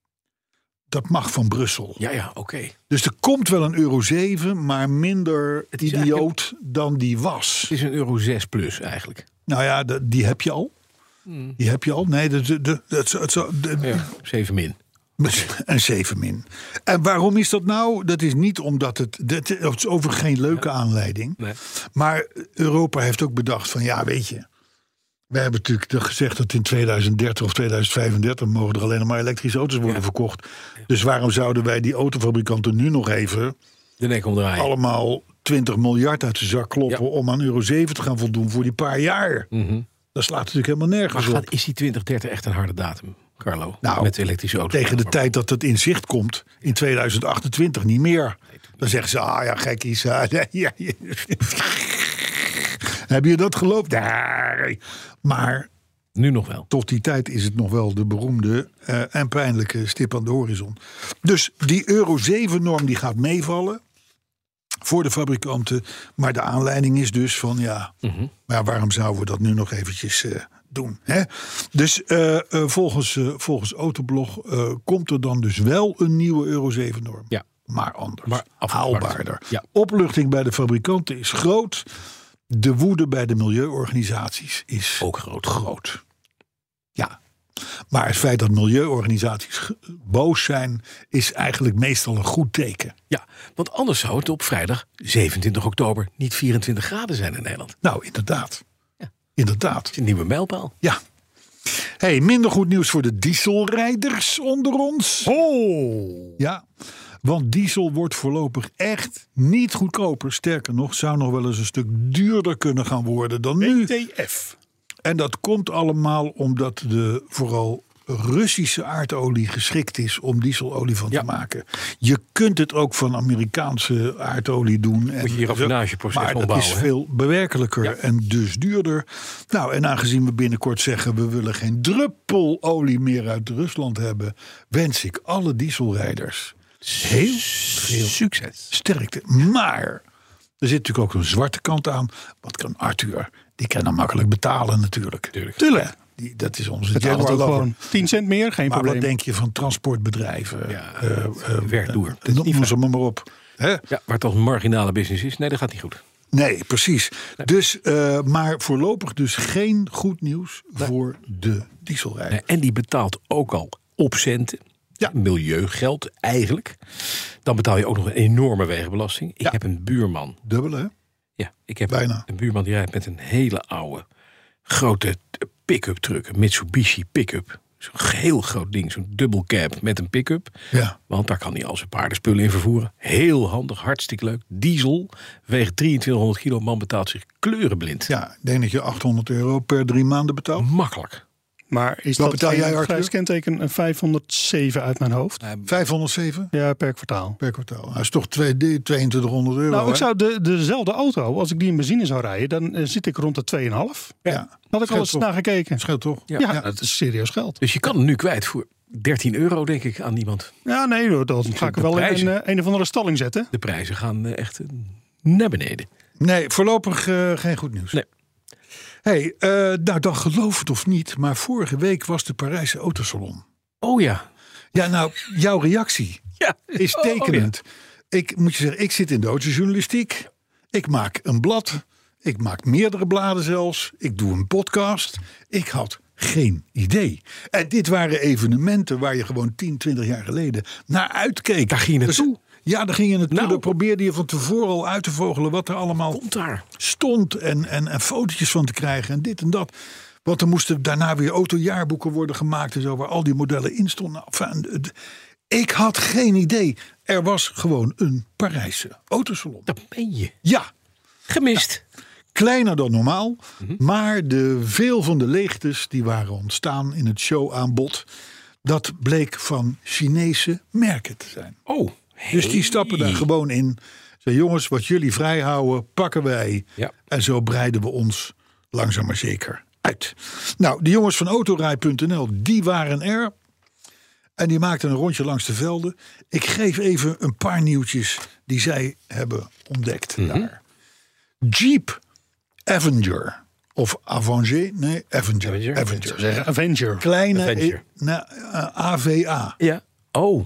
Dat mag van Brussel. Ja, ja, oké. Dus er komt wel een Euro zeven, maar minder Het is idioot dan die was. Het is een euro zes plus eigenlijk. Nou ja, de- die heb je al. Die heb je al. Nee, de, de, de, het, het, de, Ja, zeven min. een zeven min. En waarom is dat nou? Dat is niet omdat het... Dat het is over geen leuke aanleiding. Nee. Maar Europa heeft ook bedacht van... Ja, weet je... We hebben natuurlijk gezegd dat in tweeduizend dertig of tweeduizend vijfendertig... mogen er alleen nog maar elektrische auto's worden Ja. verkocht. Dus waarom zouden wij die autofabrikanten nu nog even... De nek omdraaien. allemaal twintig miljard uit de zak kloppen... Ja. om aan Euro zeven te gaan voldoen voor die paar jaar? Mhm. Dat slaat natuurlijk helemaal nergens Maar op. gaat, is die twintig dertig echt een harde datum, Carlo? Nou, met de elektrische auto's. Tegen de Maar- tijd dat het in zicht komt, in tweeduizend achtentwintig, niet meer. Dan zeggen ze, ah ja, gekkies. ah, ja, ja, ja. Heb je dat geloofd? Nee. Maar Nu nog wel. tot die tijd is het nog wel de beroemde eh, en pijnlijke stip aan de horizon. Dus die Euro zeven norm die gaat meevallen voor de fabrikanten. Maar de aanleiding is dus van, ja, Mhm. maar waarom zouden we dat nu nog eventjes eh, doen? Hè? Dus eh, eh, volgens, eh, volgens Autoblog eh, komt er dan dus wel een nieuwe Euro zeven norm. Ja. Maar anders, Maar afgezwakt. haalbaarder. Ja. Opluchting bij de fabrikanten is groot. De woede bij de milieuorganisaties is Ook groot. groot. Ja. Maar het feit dat milieuorganisaties ge- boos zijn, is eigenlijk meestal een goed teken. Ja, want anders zou het op vrijdag zevenentwintig oktober niet vierentwintig graden zijn in Nederland. Nou, inderdaad. Ja. Inderdaad. Dat is een nieuwe mijlpaal. Ja. Hey, minder goed nieuws voor de dieselrijders onder ons. Oh! Ja, want diesel wordt voorlopig echt niet goedkoper. Sterker nog, zou nog wel eens een stuk duurder kunnen gaan worden dan nu. B T F. En dat komt allemaal omdat de vooral Russische aardolie geschikt is om dieselolie van Ja. te maken. Je kunt het ook van Amerikaanse aardolie doen. Moet je je raffinageproces maar dat opbouwen, is hè? veel bewerkelijker Ja. en dus duurder. Nou, en aangezien we binnenkort zeggen we willen geen druppel olie meer uit Rusland hebben, wens ik alle dieselrijders heel veel Succes. sterkte. Maar er zit natuurlijk ook een zwarte kant aan. Wat kan Arthur? Die kan dan makkelijk betalen natuurlijk. Tuurlijk. Tuurlijk. Die, dat is onze Het Jaguar ook lover. gewoon tien cent meer, geen Maar probleem. wat denk je van transportbedrijven? Ja, Eh, eh, werkt door. eh, Dat is niet Noem ze maar, maar op. Hè? Ja, waar toch een marginale business is. Nee, dat gaat niet goed. Nee, precies. Dus, uh, maar voorlopig dus geen goed nieuws nee. voor de dieselrijder. Nee, en die betaalt ook al op centen. Ja. Milieugeld eigenlijk. Dan betaal je ook nog een enorme wegenbelasting. Ik ja. heb een buurman. Dubbel, hè? Ja, ik heb Bijna. een buurman die rijdt met een hele oude, grote pick-up truck. Een Mitsubishi pick-up. Zo'n heel groot ding, zo'n double cab met een pick-up. Ja. Want daar kan hij al zijn paardenspullen in vervoeren. Heel handig, hartstikke leuk. Diesel, weegt drieëntwintighonderd kilo. Man betaalt zich kleurenblind. Ja, ik denk dat je achthonderd euro per drie maanden betaalt. Makkelijk. Maar is Wat dat betaal jij, een grijs kenteken een vijfhonderdzeven uit mijn hoofd? vijfhonderdzeven? Ja, per kwartaal. Per kwartaal. Dat is toch tweeëntwintighonderd euro. Nou, ik hè? zou de, dezelfde auto, als ik die in benzine zou rijden, dan uh, zit ik rond de twee komma vijf. Ja. Had ik al eens naar gekeken. Scheelt toch? Ja, ja, dat is serieus geld. Dus je kan hem nu kwijt voor dertien euro, denk ik, aan iemand. Ja, nee, dat ga ik er wel in een, een of andere stalling zetten. De prijzen gaan uh, echt uh, naar beneden. Nee, voorlopig uh, geen goed nieuws. Nee. Hey, uh, nou dan geloof het of niet, maar vorige week was de Parijse Autosalon. Oh ja. Ja, nou, jouw reactie ja. is tekenend. Oh, ja. Ik moet je zeggen, ik zit in de autojournalistiek. Ik maak een blad. Ik maak meerdere bladen zelfs. Ik doe een podcast. Ik had geen idee. En dit waren evenementen waar je gewoon tien, twintig jaar geleden naar uitkeek. Daar ging je naartoe. Dus, ja, daar ging je naartoe. Nou, Daar probeerde je van tevoren al uit te vogelen wat er allemaal komt daar. stond. En, en, en fotootjes van te krijgen en dit en dat. Want er moesten daarna weer autojaarboeken worden gemaakt en zo, waar al die modellen in stonden. Enfin, ik had geen idee. Er was gewoon een Parijse autosalon. Dat ben je. Ja. Gemist. Ja. Kleiner dan normaal. Mm-hmm. Maar de, veel van de leegtes die waren ontstaan in het showaanbod, dat bleek van Chinese merken te zijn. Oh. Hey. Dus die stappen daar gewoon in. Zeg, jongens, wat jullie vrijhouden, pakken wij. Ja. En zo breiden we ons langzaam maar zeker uit. Nou, de jongens van autorij punt n l, die waren er. En die maakten een rondje langs de velden. Ik geef even een paar nieuwtjes die zij hebben ontdekt mm-hmm. daar. Jeep Avenger. Of Avenger? Nee, Avenger. Avenger. Avenger. Zeggen Avenger. Kleine Avenger. E, nou, uh, A V A. Ja. Oh.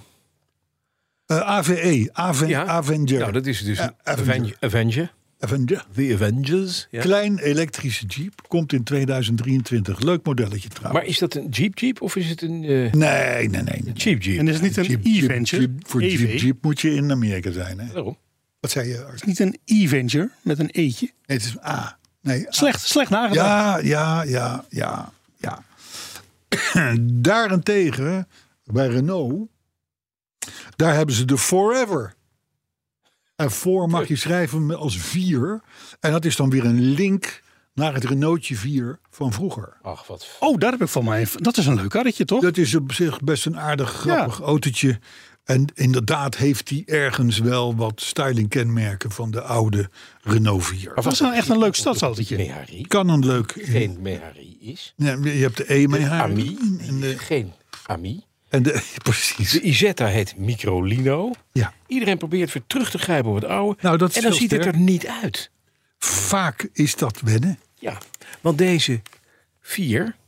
Uh, A V E. Aven, ja. Avenger. Nou, dat is dus uh, Avenger. Avenger. Avenger. The Avengers. Ja. Klein elektrische Jeep. Komt in tweeduizend drieëntwintig. Leuk modelletje trouwens. Maar is dat een Jeep Jeep of is het een... Uh... Nee, nee, nee. nee. Cheap Jeep. En is het niet een Jeep, E-Venture? Jeep, Jeep, voor E V? Jeep, Jeep moet je in Amerika zijn. Hè? Waarom? Wat zei je? Het is niet een E-Venture met een e'tje. Nee, het is een A. Nee, A. Slecht, slecht nagedacht. Ja, ja, ja, ja, ja. Daarentegen, bij Renault, daar hebben ze de Forever. En voor mag je schrijven als vier. En dat is dan weer een link naar het Renaultje vier van vroeger. Ach, wat... Oh, daar heb ik van mij. Dat is een leuk karretje, toch? Dat is op zich best een aardig grappig ja. autootje. En inderdaad heeft hij ergens wel wat stylingkenmerken van de oude Renault vier. Maar was nou echt een leuk stadsautootje? Mehari. Kan een leuk... Geen Mehari is. Ja, je hebt de E Mehari. Ami. En de, geen Ami. En de, precies. De Isetta heet Microlino. Ja. Iedereen probeert weer terug te grijpen op het oude. Nou, dat is en dan heel ziet sterk. het er niet uit. Vaak is dat wennen. Ja, want deze vier...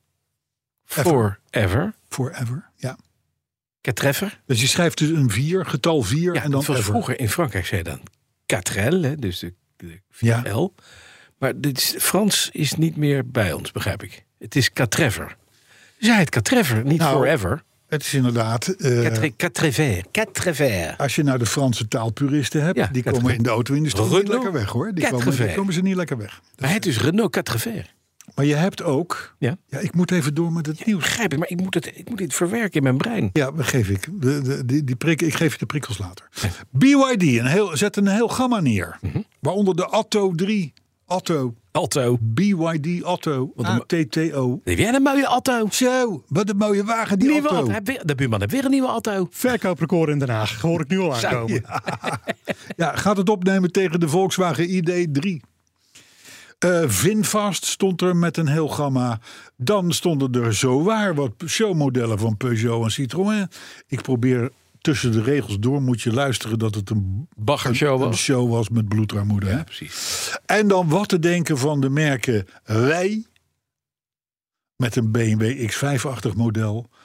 Forever. Forever, ja. Quatreffer. Dus je schrijft dus een vier, getal vier Ja, en dan dat was ever. vroeger in Frankrijk zei je dan Quatrelle, dus de, de vier L. Ja. Maar dit is, Frans is niet meer bij ons, begrijp ik. Het is Quatreffer. Dus hij heet Quatreffer, niet Nou, Forever. Het is inderdaad... Uh, Quatreffer. Quatreffer. Als je nou de Franse taalpuristen hebt, Ja, die Quatreffer. komen in de auto-industrie niet Renault lekker weg, hoor. Die komen, Quatreffer. die komen ze niet lekker weg. Maar hij heet dus Renault Quatreffer. Maar je hebt ook... Ja. Ja, ik moet even door met het Ja, nieuws. begrijp ik, maar ik moet, het, ik moet dit verwerken in mijn brein. Ja, dat geef ik. De, de, die, die prik, ik geef je de prikkels later. B Y D een heel, zet een heel gamma neer. Mm-hmm. Waaronder de Atto drie. Atto. Alto. B Y D Atto. Wat A een- T T O. Heb jij een mooie Alto? Zo, wat een mooie wagen die Nieuwe Atto. Alto. Heb weer- De buurman heeft weer een nieuwe Alto. Verkooprecord in Den Haag. Hoor ik nu al aankomen. Ja, gaat het opnemen tegen de Volkswagen I D drie. Uh, Vinfast stond er met een heel gamma. Dan stonden er zowaar wat showmodellen van Peugeot en Citroën. Ik probeer tussen de regels door, moet je luisteren dat het een Baggershow een was. show was met bloedarmoede. Ja, hè? precies. En dan wat te denken van de merken Wij met een B M W X vijf-achtig model.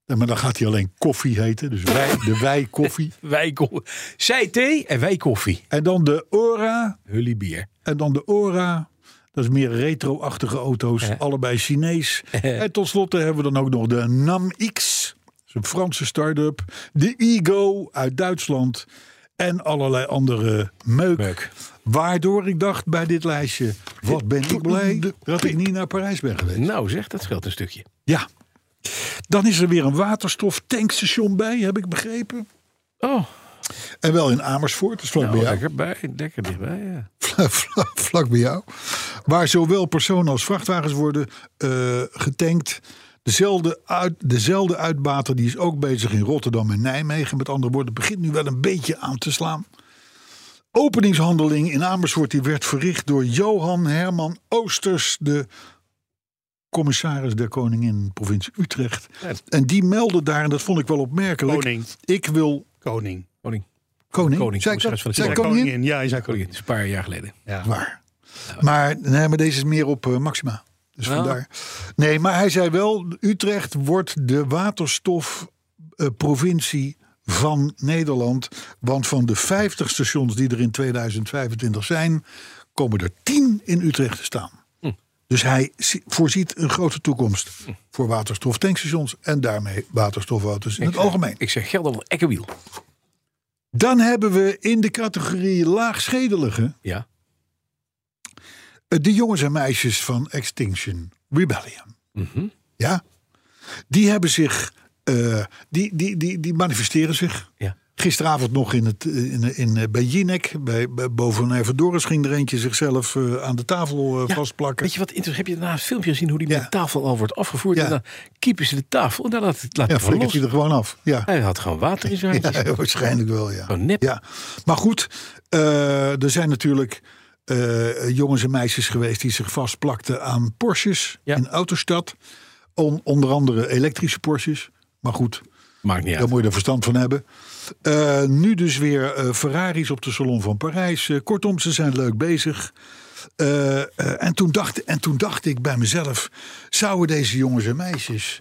Ja, maar dan gaat hij alleen koffie heten. Dus wij, de wij koffie. Wij ko- Zij thee en wij koffie. En dan de Ora. Hully bier. En dan de Ora. Dat is meer retro-achtige auto's. Ja. Allebei Chinees. En tot slot hebben we dan ook nog de Nam X. Dat is een Franse start-up. De Ego uit Duitsland. En allerlei andere meuk. Meuk. Waardoor ik dacht bij dit lijstje. Wat ben ik blij dat ik niet naar Parijs ben geweest. Nou zeg, dat scheelt een stukje. Ja. Dan is er weer een waterstoftankstation bij, heb ik begrepen. Oh, En wel in Amersfoort, dus vlak nou, bij jou. lekker, bij, lekker dichtbij, ja. Vlak, vlak bij jou. Waar zowel personen als vrachtwagens worden uh, getankt. Dezelfde, uit, dezelfde uitbater die is ook bezig in Rotterdam en Nijmegen. Met andere woorden, het begint nu wel een beetje aan te slaan. Openingshandeling in Amersfoort die werd verricht door Johan Herman Oosters, de commissaris der Koningin provincie Utrecht. Ja. En die meldde daar, en dat vond ik wel opmerkelijk. Koning. Ik wil... Koning. Koning. Koning? Koning, Zei ik commissaris van dat? de Zei ik Koningin. koningin? Ja, je zei Koning, koning. dat is een paar jaar geleden. Ja. Waar. Maar, nee, maar deze is meer op uh, Maxima. Dus Oh. vandaar. Nee, maar hij zei wel, Utrecht wordt de waterstofprovincie uh, van Nederland. Want van de vijftig stations die er in tweeduizend vijfentwintig zijn, komen er tien in Utrecht te staan. Hm. Dus hij voorziet een grote toekomst hm. voor waterstoftankstations en daarmee waterstofauto's in Ik het zeg- algemeen. Ik zeg Gelder Ekkerwiel. Dan hebben we in de categorie laagschedelige Ja. de jongens en meisjes van Extinction Rebellion. Mhm. Ja, die hebben zich, uh, die, die, die, die manifesteren zich. Ja. Gisteravond nog in het, in, in, bij Jinek, bij, bij, boven Everdoris ging er eentje zichzelf uh, aan de tafel uh, Ja, vastplakken. Weet je wat interessant? Heb je daarna het filmpje gezien hoe die Ja. met de tafel al wordt afgevoerd? Ja. En dan kiepen ze de tafel en dan laat, laat Ja, het gewoon flikkert los. hij er gewoon af. Ja. Hij had gewoon water in zijn handjes. Ja, waarschijnlijk wel, ja. Gewoon nep. Ja. Maar goed, uh, er zijn natuurlijk uh, jongens en meisjes geweest die zich vastplakten aan Porsches Ja. in Autostad. On, onder andere elektrische Porsches. Maar goed, Maakt niet daar uit. moet je er verstand van hebben. Uh, nu dus weer uh, Ferraris op de Salon van Parijs. Uh, kortom, ze zijn leuk bezig. Uh, uh, en, toen dacht, en toen dacht ik bij mezelf, zouden deze jongens en meisjes,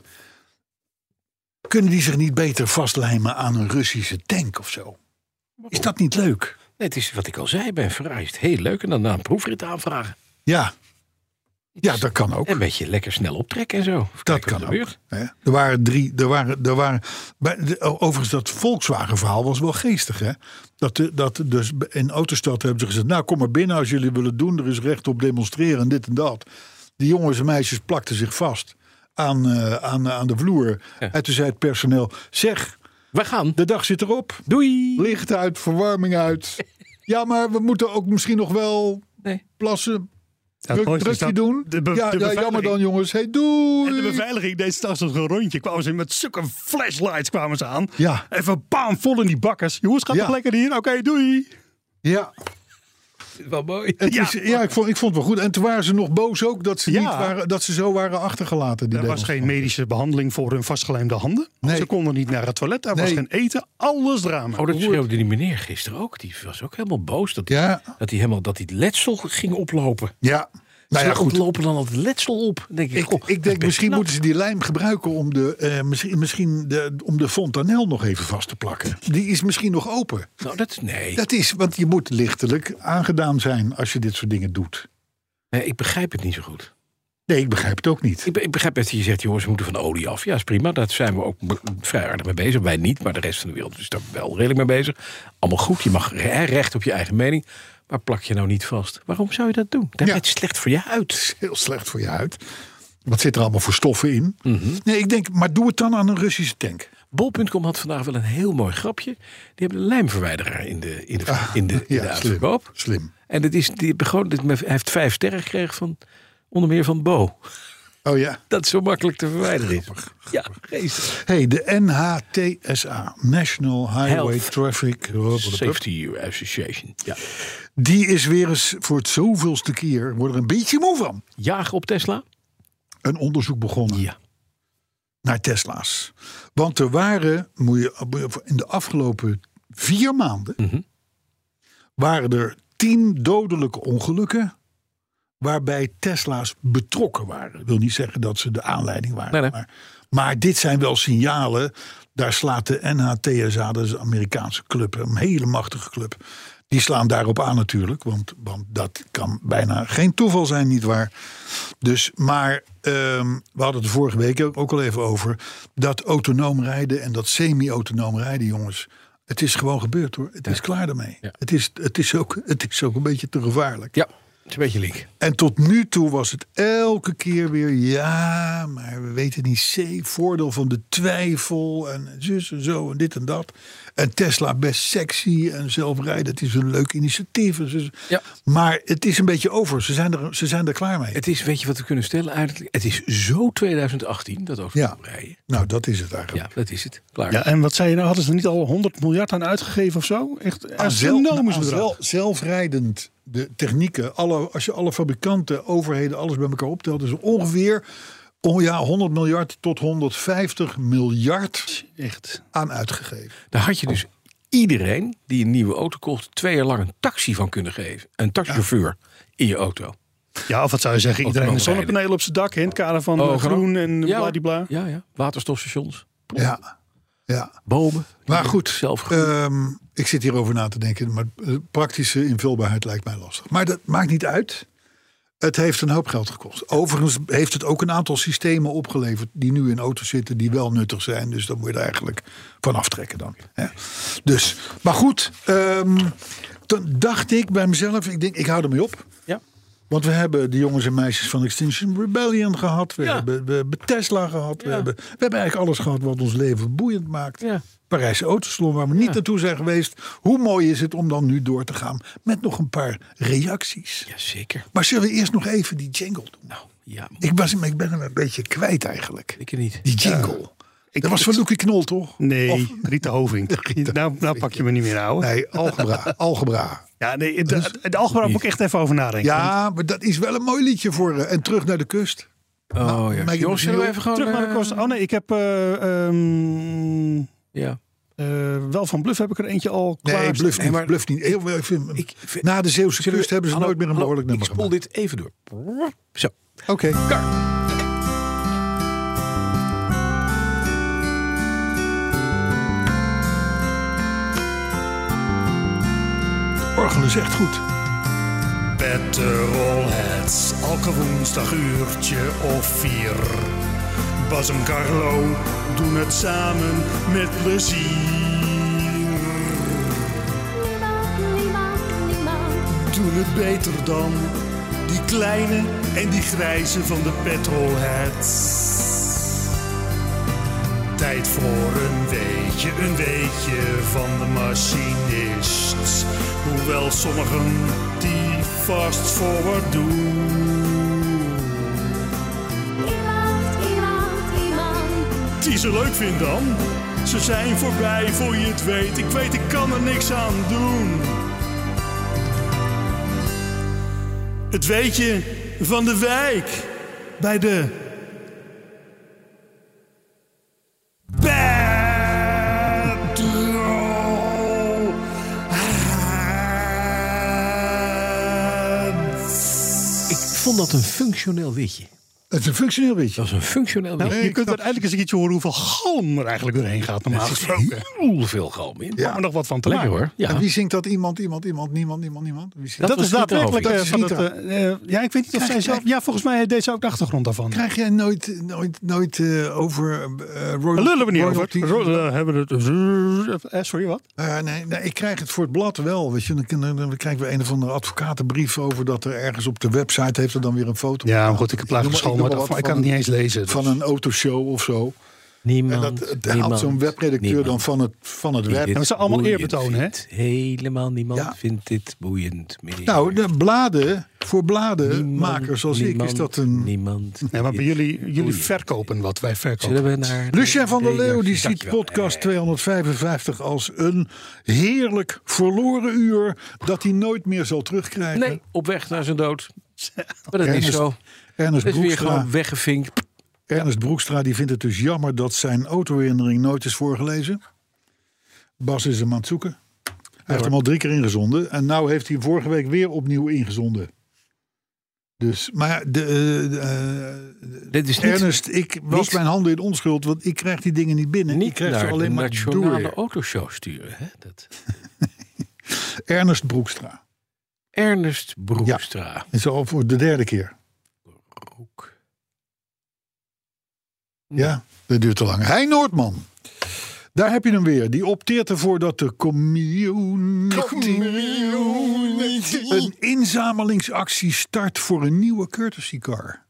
kunnen die zich niet beter vastlijmen aan een Russische tank of zo? Is dat niet leuk? Nee, het is wat ik al zei bij een Ferrari. Is het heel leuk. En dan na een proefrit aanvragen. Ja. Ja, dat kan ook. Een beetje lekker snel optrekken en zo. Even Dat kijken wat kan er ook. gebeurt. Hè. Er waren drie. Er waren, er waren, bij de, overigens, dat Volkswagen-verhaal was wel geestig. Hè? Dat, de, dat dus in Autostad hebben ze gezegd, nou kom maar binnen als jullie willen doen. Er is recht op demonstreren en dit en dat. Die jongens en meisjes plakten zich vast aan, uh, aan, aan de vloer. Ja. En toen zei het personeel, zeg, We gaan. de dag zit erop. Doei. Licht uit, verwarming uit. Ja, maar we moeten ook misschien nog wel Nee. plassen. Ja, Druk, het mooiste is drukje dat doen. de be- ja, de ja, jammer beveiliging- dan jongens. Hey, doei. En de beveiliging deed straks nog een rondje. Kwamen ze met zulke flashlights kwamen ze aan. Ja. Even bam, vol in die bakkers. Jongens, gaat Ja. toch lekker hier? Oké, doei. Ja, Wel mooi. het Ja. is, ja ik, vond, ik vond het wel goed. En toen waren ze nog boos ook dat ze, Ja. niet waren, dat ze zo waren achtergelaten. Die Er was geen demonstranten. medische behandeling voor hun vastgelijmde handen. Nee. Ze konden niet naar het toilet. Er was Nee. geen eten. Alles drama. Oh, dat schreeuwde die meneer gisteren ook. Die was ook helemaal boos. Dat, Ja, dat hij helemaal dat hij letsel ging oplopen. ja. Nou ja, Ze goed. lopen dan altijd letsel op. Dan denk ik, Ik, goh, ik dat is denk best misschien knap. moeten ze die lijm gebruiken om de, eh, misschien, misschien de, om de fontanel nog even vast te plakken. Die is misschien nog open. Nou, dat is, nee. Dat is, want je moet lichtelijk aangedaan zijn als je dit soort dingen doet. nee. Ik begrijp het niet zo goed. Nee, ik begrijp het ook niet. Ik, be- ik begrijp dat je zegt, jongens, we moeten van de olie af. Ja, is prima. Daar zijn we ook be- vrij aardig mee bezig. Wij niet, maar de rest van de wereld is daar wel redelijk mee bezig. Allemaal goed. Je mag re- recht op je eigen mening. Maar plak je nou niet vast. Waarom zou je dat doen? Dat Ja. is slecht voor je huid. Heel slecht voor je huid. Wat zit er allemaal voor stoffen in? Mhm. Nee, ik denk, maar doe het dan aan een Russische tank. Bol punt com had vandaag wel een heel mooi grapje. Die hebben een lijmverwijderaar in de, in de, in de, in de Ja, uitverkoop. slim. slim. En dat is, die, gewoon, dit- hij heeft vijf sterren gekregen van onder meer van Bo. Oh ja. Dat het zo makkelijk te verwijderen is. Ja, geestig. Hey, de N H T S A, National Highway Health Traffic Safety Association. Ja. Die is weer eens voor het zoveelste keer, wordt er een beetje moe van, Jagen op Tesla? een onderzoek begonnen Ja. naar Tesla's. Want er waren, moet je, in de afgelopen vier maanden, Mhm. waren er tien dodelijke ongelukken, waarbij Tesla's betrokken waren. Ik wil niet zeggen dat ze de aanleiding waren. Nee, nee. Maar, maar dit zijn wel signalen. Daar slaat de N H T S A, dat is een Amerikaanse club, een hele machtige club. Die slaan daarop aan natuurlijk, want, want dat kan bijna geen toeval zijn, nietwaar? Dus, maar um, we hadden het de vorige week ook al even over dat autonoom rijden en dat semi-autonoom rijden, jongens. Het is gewoon gebeurd hoor. Het is klaar daarmee. Ja. Het, is, het, is ook, het is ook een beetje te gevaarlijk. Ja, het is een beetje leak. En tot nu toe was het elke keer weer, ja, maar we weten niet zeker. Voordeel van de twijfel en zus en zo en dit en dat. En Tesla best sexy en zelfrijden. Het is een leuk initiatief. En zus. Ja. Maar het is een beetje over. Ze zijn, er, ze zijn er klaar mee. Het is, weet je wat we kunnen stellen eigenlijk? Het is zo twintig achttien, dat autonoom rijden. Nou, dat is het eigenlijk. Ja, dat is het. Klaar. Ja, en wat zei je nou? Hadden ze er niet al honderd miljard aan uitgegeven of zo? Echt een astronomisch aan bedrag. zelf- zelfrijdend, de technieken, alle, als je alle fabrikanten, overheden, alles bij elkaar optelt, is er ongeveer oh ja, honderd miljard tot honderdvijftig miljard Echt. aan uitgegeven. Daar had je dus iedereen die een nieuwe auto kocht twee jaar lang een taxi van kunnen geven. Een taxichauffeur in je auto. Ja, of wat zou je zeggen? Iedereen een Autonoom zonnepaneel op zijn dak in het kader van Oh, eh, groen en Ja, bladibla. Ja, ja. Waterstofstations, Ja, ja. bomen. Maar goed, Zelf groen. ehm, ik zit hierover na te denken, maar eh, praktische invulbaarheid lijkt mij lastig. Maar dat maakt niet uit. Het heeft een hoop geld gekost. Overigens heeft het ook een aantal systemen opgeleverd die nu in auto's zitten die wel nuttig zijn. Dus dan moet je er eigenlijk van aftrekken dan. Hè. Dus, maar goed, um, toen dacht ik bij mezelf, ik denk, ik hou ermee op. Ja. Want we hebben de jongens en meisjes van Extinction Rebellion gehad. We, Ja. hebben, we hebben Tesla gehad. We, Ja. hebben, we hebben eigenlijk alles gehad wat ons leven boeiend maakt. Ja. Parijse Autosalon, waar we niet Ja. naartoe zijn geweest. Hoe mooi is het om dan nu door te gaan met nog een paar reacties. Jazeker. Maar zullen we eerst nog even die jingle doen? Nou, ja. Ik, was, ik ben hem een beetje kwijt eigenlijk. Ik niet. Die jingle. Ik- dat was van Loekie Knol, toch? Nee, Of- Rita Hovink. nou, nou pak je me niet meer, ouwe. Nee, Algebra. Algebra. Ja, nee, de, de algebra moet ik echt even over nadenken. Ja, maar dat is wel een mooi liedje voor... eh, en terug naar de kust. Oh ja. Maggie Jongens, zullen we McNeil. even gewoon... Terug naar de eh, kost. Oh nee, ik heb eh, ehm, Ja. eh, wel van Bluff heb ik er eentje al klaar. Nee, bluff niet. Nee, maar- bluff niet. Heel, ik vind, Ik vind- na de Zeeuwse Zullen kust we- hebben ze hallo, nooit meer een hallo, behoorlijk nummer Ik spoel gemaakt. dit even door. Zo. Oké. Orgel is echt goed. Petrolheads, elke woensdag uurtje of vier. Bas en Carlo doen het samen met plezier. Niemand, niemand, niemand. Doen het beter dan die kleine en die grijze van de petrolheads. Tijd voor een weetje, een weetje van de machinist. Hoewel sommigen die fast forward doen. Iemand, iemand, iemand. Die ze leuk vindt dan. Ze zijn voorbij voor je het weet. Ik weet, ik kan er niks aan doen. Het weetje van de wijk. Bij de... Petrolheads. Ik vond dat een functioneel weetje. Het is een functioneel weetje. Dat is een functioneel Nou, weetje. je kunt uiteindelijk eens een keertje horen hoeveel galm er eigenlijk doorheen gaat, normaal Er zit gesproken. heel veel galm in. Ja. Maar nog wat van te Lekker maken. hoor. Ja. En wie zingt dat? Iemand, iemand, iemand, niemand, niemand, niemand. Wie zingt Dat Dat, was is Rita daadwerkelijk Hovink. eh, Dat is van het... Rita. eh, eh, ja, ik weet niet of zij Krijg- zelf... Ja, volgens mij deed ze ook de achtergrond daarvan. Krijg jij nooit, nooit, nooit uh, over uh, royal, Daar lullen we niet over. royalties? Ro- eh, hebben we het... eh, sorry, wat? Uh, nee, nee, ik krijg het voor het blad wel. Weet je, dan, dan, dan krijgen we een of andere advocatenbrief over dat er ergens op de website heeft er dan weer een foto. Ja, maar goed, ik heb laatst noem maar- geschoold, noem maar maar ik wat kan het van niet eens lezen. Van dus. een autoshow of zo. Niemand, En dat het haalt niemand, zo'n webredacteur niemand dan van het, van het die web. dit dat zijn allemaal boeiend eerbetonen, hè? vindt. Helemaal niemand Ja. vindt dit boeiend meer. Nou, de bladen, voor Niemand, bladenmakers zoals ik, is niemand, dat een... Niemand. Nee, maar bij dit jullie, jullie boeiend verkopen wat wij verkopen. Zullen we naar... Lucien van der Leeuw die ziet Dankjewel. podcast tweehonderdvijfenvijftig als een heerlijk verloren uur dat hij nooit meer zal terugkrijgen. Nee, op weg naar zijn dood. Maar dat is Ernest- niet zo. Ernest Dat is weer Broekstra, gewoon weggevinkt. Ernest Broekstra die vindt het dus jammer dat zijn autoherinnering nooit is voorgelezen. Bas is hem aan het zoeken. Hij heeft hem al drie keer ingezonden. En nou heeft hij vorige week weer opnieuw ingezonden. Dus, maar de, uh, de, Dit is niet, Ernest, ik was niet- mijn handen in onschuld, want ik krijg die dingen niet binnen. ik niet krijg naar ze de alleen maar nationale door. autoshow sturen. Hè? Dat. Ernest Broekstra. Ernest Broekstra. Is al voor de derde keer. Broek. Ja, dat duurt te lang. Hein Noordman. Daar heb je hem weer. Die opteert ervoor dat de community een inzamelingsactie start voor een nieuwe courtesy car.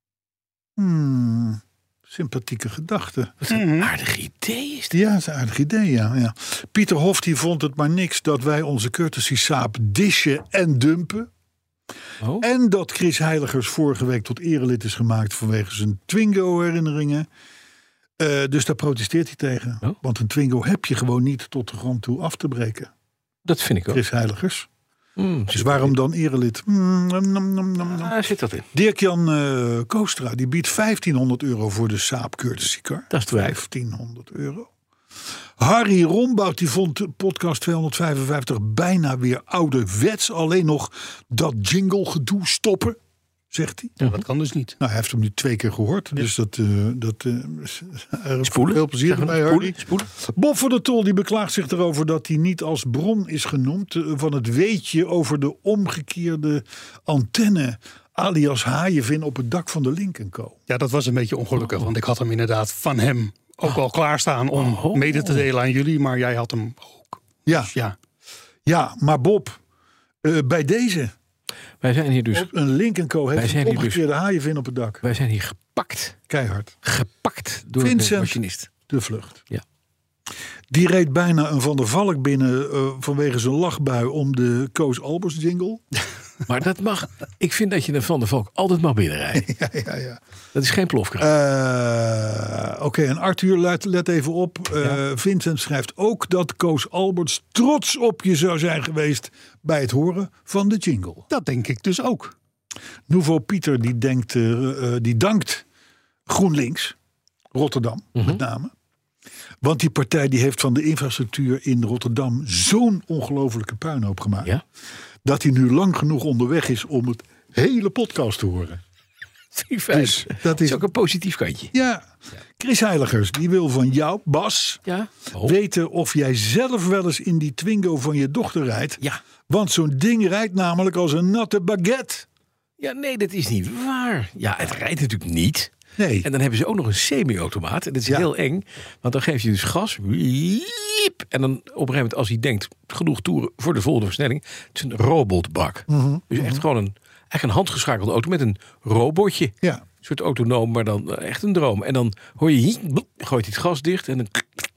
Hmm, sympathieke gedachte. Wat een aardig idee is dit. Ja, dat is een aardig idee, ja. ja. Pieter Hof die vond het maar niks dat wij onze courtesy Saab dishen en dumpen. Oh. En dat Chris Heiligers vorige week tot erelid is gemaakt vanwege zijn Twingo-herinneringen. Uh, dus daar protesteert hij tegen. Oh. Want een Twingo heb je gewoon niet tot de grond toe af te breken. Dat vind ik ook. Chris Heiligers. Mm, Dus waarom dan erelid? Mm, nam, nam, nam, nam. Daar zit dat in. Dirk-Jan uh, Koostra die biedt vijftienhonderd euro voor de Saab Courtesy Car. Dat is te weinig. vijftienhonderd euro. Harry Rombout die vond podcast tweehonderdvijfenvijftig bijna weer ouderwets. Alleen nog dat jingle gedoe stoppen, zegt hij. Ja, dat kan dus niet. Nou, hij heeft hem nu twee keer gehoord. Dus dat... Uh, dat uh, Spoelen. Veel plezier Zeggen we, erbij, Harry. spoelen, spoelen. Bob van der Tol die beklaagt zich erover dat hij niet als bron is genoemd uh, van het weetje over de omgekeerde antenne alias haaienvin op het dak van de Link en Co. Ja, dat was een beetje ongelukkig. Want ik had hem inderdaad van hem ook al klaarstaan om Oh. mede te delen aan jullie. Maar jij had hem ook. Ja, Dus ja. ja, maar Bob, uh, bij deze, Wij zijn hier dus op een Link en Co Wij heeft zijn een hier dus- omgekeerde haaienvin op het dak. wij zijn hier gepakt. Keihard. Gepakt door de Vincent. machinist. De vlucht. Ja. Die reed bijna een Van der Valk binnen uh, vanwege zijn lachbui om de Koos Albers jingle. Maar dat mag. Ik vind dat je een Van der Valk altijd mag binnenrijden. ja, ja, ja. Dat is geen plofkracht. Uh, Oké, okay, en Arthur, let, let even op. Uh, ja. Vincent schrijft ook dat Koos Alberts trots op je zou zijn geweest bij het horen van de jingle. Dat denk ik dus ook. Nouveau Pieter die, denkt, uh, uh, die dankt GroenLinks, Rotterdam mm-hmm. met name. Want die partij die heeft van de infrastructuur in Rotterdam zo'n ongelofelijke puinhoop gemaakt. Ja? Dat hij nu lang genoeg onderweg is om het hele podcast te horen. Dus, dat is ook een positief kantje. Ja. Chris Heiligers die wil van jou, Bas, ja? oh. weten of jij zelf wel eens in die Twingo van je dochter rijdt. Ja. Want zo'n ding rijdt namelijk als een natte baguette. Ja, nee, dat is niet waar. Ja, het rijdt natuurlijk niet. Nee. En dan hebben ze ook nog een semi-automaat. En dat is ja. heel eng. Want dan geef je dus gas. En dan op een gegeven moment, als hij denkt, genoeg toeren voor de volgende versnelling. Het is een robotbak. Mm-hmm. Dus echt gewoon een, echt een handgeschakelde auto met een robotje. Ja. Een soort autonoom, maar dan echt een droom. En dan hoor je, gooit hij het gas dicht. En dan...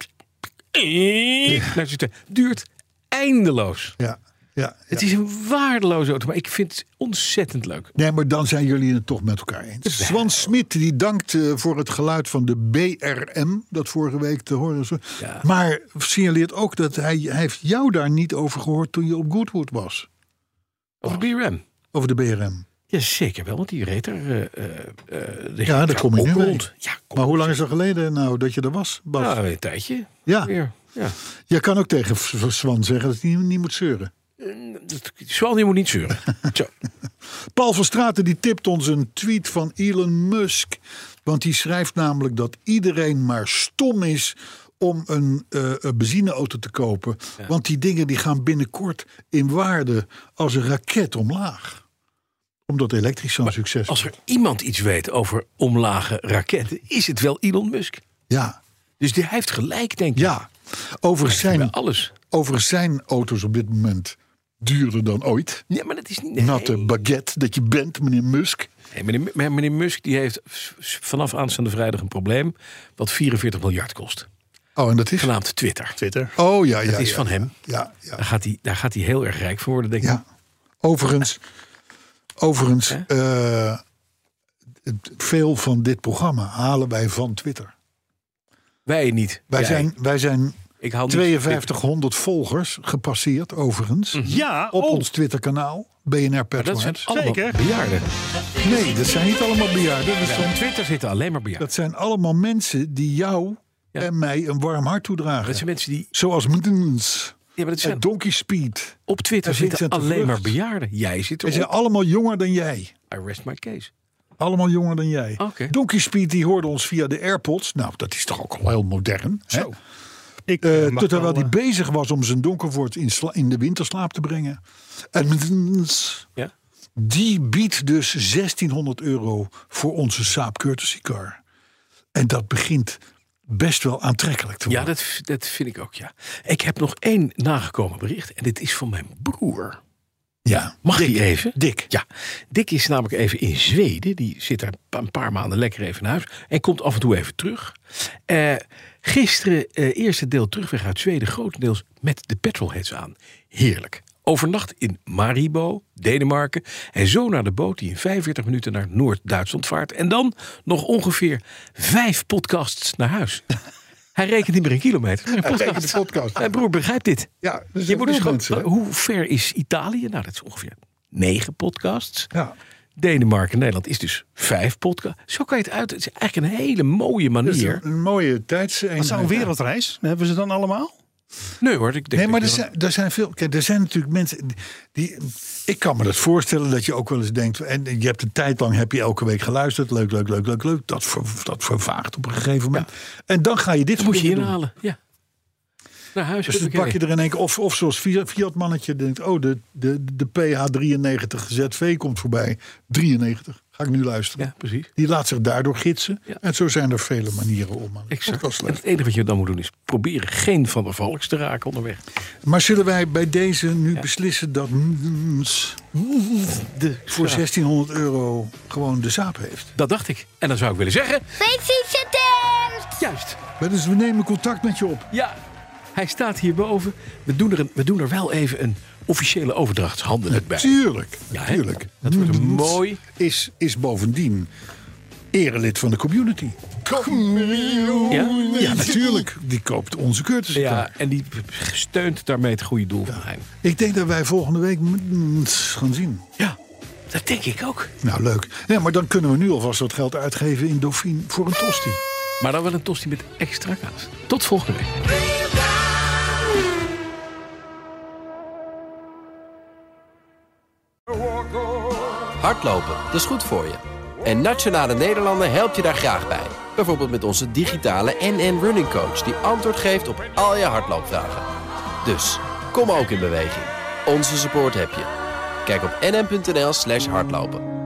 Ja. Duurt eindeloos. Ja. Ja, het ja. is een waardeloze auto, maar ik vind het ontzettend leuk. Nee, maar dan zijn jullie het toch met elkaar eens. Swan Smit die dankt uh, voor het geluid van de B R M, dat vorige week te horen is. Ja. Maar signaleert ook dat hij, hij heeft jou daar niet over gehoord toen je op Goodwood was. Over de B R M? Over de B R M. Ja, zeker wel, want die reed er... Uh, uh, ja, daar kom je nu rond. Ja, maar hoe lang is dat geleden nou dat je er was, Bas? Nou, een tijdje. Ja. Weer. Ja. Je kan ook tegen Swan zeggen dat hij niet, niet moet zeuren. Swan, je moet niet zeuren. Zo. Paul van Straten die tipt ons een tweet van Elon Musk. Want die schrijft namelijk dat iedereen maar stom is om een, uh, een benzineauto te kopen. Ja. Want die dingen die gaan binnenkort in waarde als een raket omlaag. Omdat elektrisch zo'n succes is. Als er iemand iets weet over omlage raketten, is het wel Elon Musk. Ja. Dus die heeft gelijk, denk ik. Ja. Over zijn, alles. over zijn auto's op dit moment duurder dan ooit. Ja, maar dat is niet... Nee. Natte baguette dat je bent, meneer Musk. Nee, meneer, meneer Musk die heeft vanaf aanstaande vrijdag een probleem wat vierenveertig miljard kost. Oh, en dat is? Genaamd Twitter. Twitter. Oh ja, ja. Dat is ja, van ja, hem. Ja, ja. Daar, gaat hij, daar gaat hij heel erg rijk voor worden, denk ik. Ja. Overigens, overigens uh, veel van dit programma halen wij van Twitter. Wij niet. Wij Jij. zijn, wij zijn Ik haal tweeënvijftighonderd volgers gepasseerd, overigens. Mm-hmm. Ja, op oh. ons Twitterkanaal. B N R Maar dat zijn Petrolheads. allemaal Zeker. bejaarden. Nee, dat zijn niet allemaal bejaarden. Dat, Ja, zijn, op Twitter zitten alleen maar bejaarden. dat zijn allemaal mensen die jou Ja. en mij een warm hart toedragen. Dat zijn mensen die... Zoals Mdens Ja, maar dat zijn, en Donkey Speed. op Twitter en zitten Vincent de alleen Vlucht. maar bejaarden. Jij zit Ze zijn erop. allemaal jonger dan jij. I rest my case. Allemaal jonger dan jij. Oké. Donkey Speed die hoorde ons via de AirPods. Nou, dat is toch ook al heel modern. Hè? Zo. Ik, Uh, uh, mag terwijl wel, hij uh, bezig was om zijn donkerwoord in, sla- in de winterslaap te brengen. En Ja? die biedt dus zestienhonderd euro voor onze Saab Courtesy Car. En dat begint best wel aantrekkelijk te Ja, worden. dat, dat vind ik ook, ja. Ik heb nog één nagekomen bericht. En dit is van mijn broer. Ja. Mag die even? Dick. Ja, Dick is namelijk even in Zweden. Die zit er een paar maanden lekker even naar huis. En komt af en toe even terug. Uh, gisteren, uh, eerste deel terugweg uit Zweden. Grotendeels met de petrolheads aan. Heerlijk. Overnacht in Maribo, Denemarken. En zo naar de boot die in vijfenveertig minuten naar Noord-Duitsland vaart. En dan nog ongeveer vijf podcasts naar huis. Hij rekent niet meer in kilometer. Een podcast. de podcast. Mijn broer begrijpt dit. Ja, dus Je moet dus gewoon, mensen, hè? hoe ver is Italië? Nou, dat is ongeveer negen podcasts. Ja. Denemarken, Nederland is dus vijf podcasts. Zo kan je het uit. Het is eigenlijk een hele mooie Dat is manier. een, een mooie tijdseenheid. Dat zou een wereldreis. Hebben ze dan allemaal? Nee hoor, ik denk Nee, maar er dat- zijn, er zijn veel. Kijk, er zijn natuurlijk mensen die. Ik kan me dat voorstellen dat je ook wel eens denkt. En je hebt een tijd lang heb je elke week geluisterd. Leuk, leuk, leuk, leuk, leuk. Dat, ver, dat vervaagt op een gegeven moment. En dan ga je dit dat moet je soort dingen doen. inhalen. Ja. Naar huis. Dus dan huppakee. pak je er in één keer. Of, of zoals Fiat, Fiat mannetje denkt. Oh, de, de, de P H drieënnegentig Z V komt voorbij. drieënnegentig. Ga ik nu luisteren. Ja, precies. Die laat zich daardoor gidsen. Ja. En zo zijn er vele manieren om aan de Exact. podcast te En het enige wat je dan moet doen is proberen geen van de volks te raken onderweg. Maar zullen wij bij deze nu beslissen dat M's De, voor zestienhonderd euro gewoon de Saab heeft? Dat dacht ik. En dan zou ik willen zeggen. Gefeliciteerd! Juist. Maar dus we nemen contact met je op. Ja, hij staat hierboven. We doen er, een, we doen er wel even een officiële overdrachtshandeling bij. Tuurlijk, Ja, hè? tuurlijk. Dat wordt een M's mooi- Is, is bovendien erelid van de community. Ja? Ja, natuurlijk. Die koopt onze courtesy car. Ja, en die steunt daarmee het goede doel van Hein. Ik denk dat wij volgende week M's gaan zien. Ja, dat denk ik ook. Nou, leuk. Ja, maar dan kunnen we nu alvast wat geld uitgeven in Dauphine voor een tosti. Maar dan wel een tosti met extra kaas. Tot volgende week. Hardlopen, dat is goed voor je. En Nationale Nederlanden helpt je daar graag bij. Bijvoorbeeld met onze digitale N N Running Coach... die antwoord geeft op al je hardloopvragen. Dus, kom ook in beweging. Onze support heb je. Kijk op nn.nl slash hardlopen.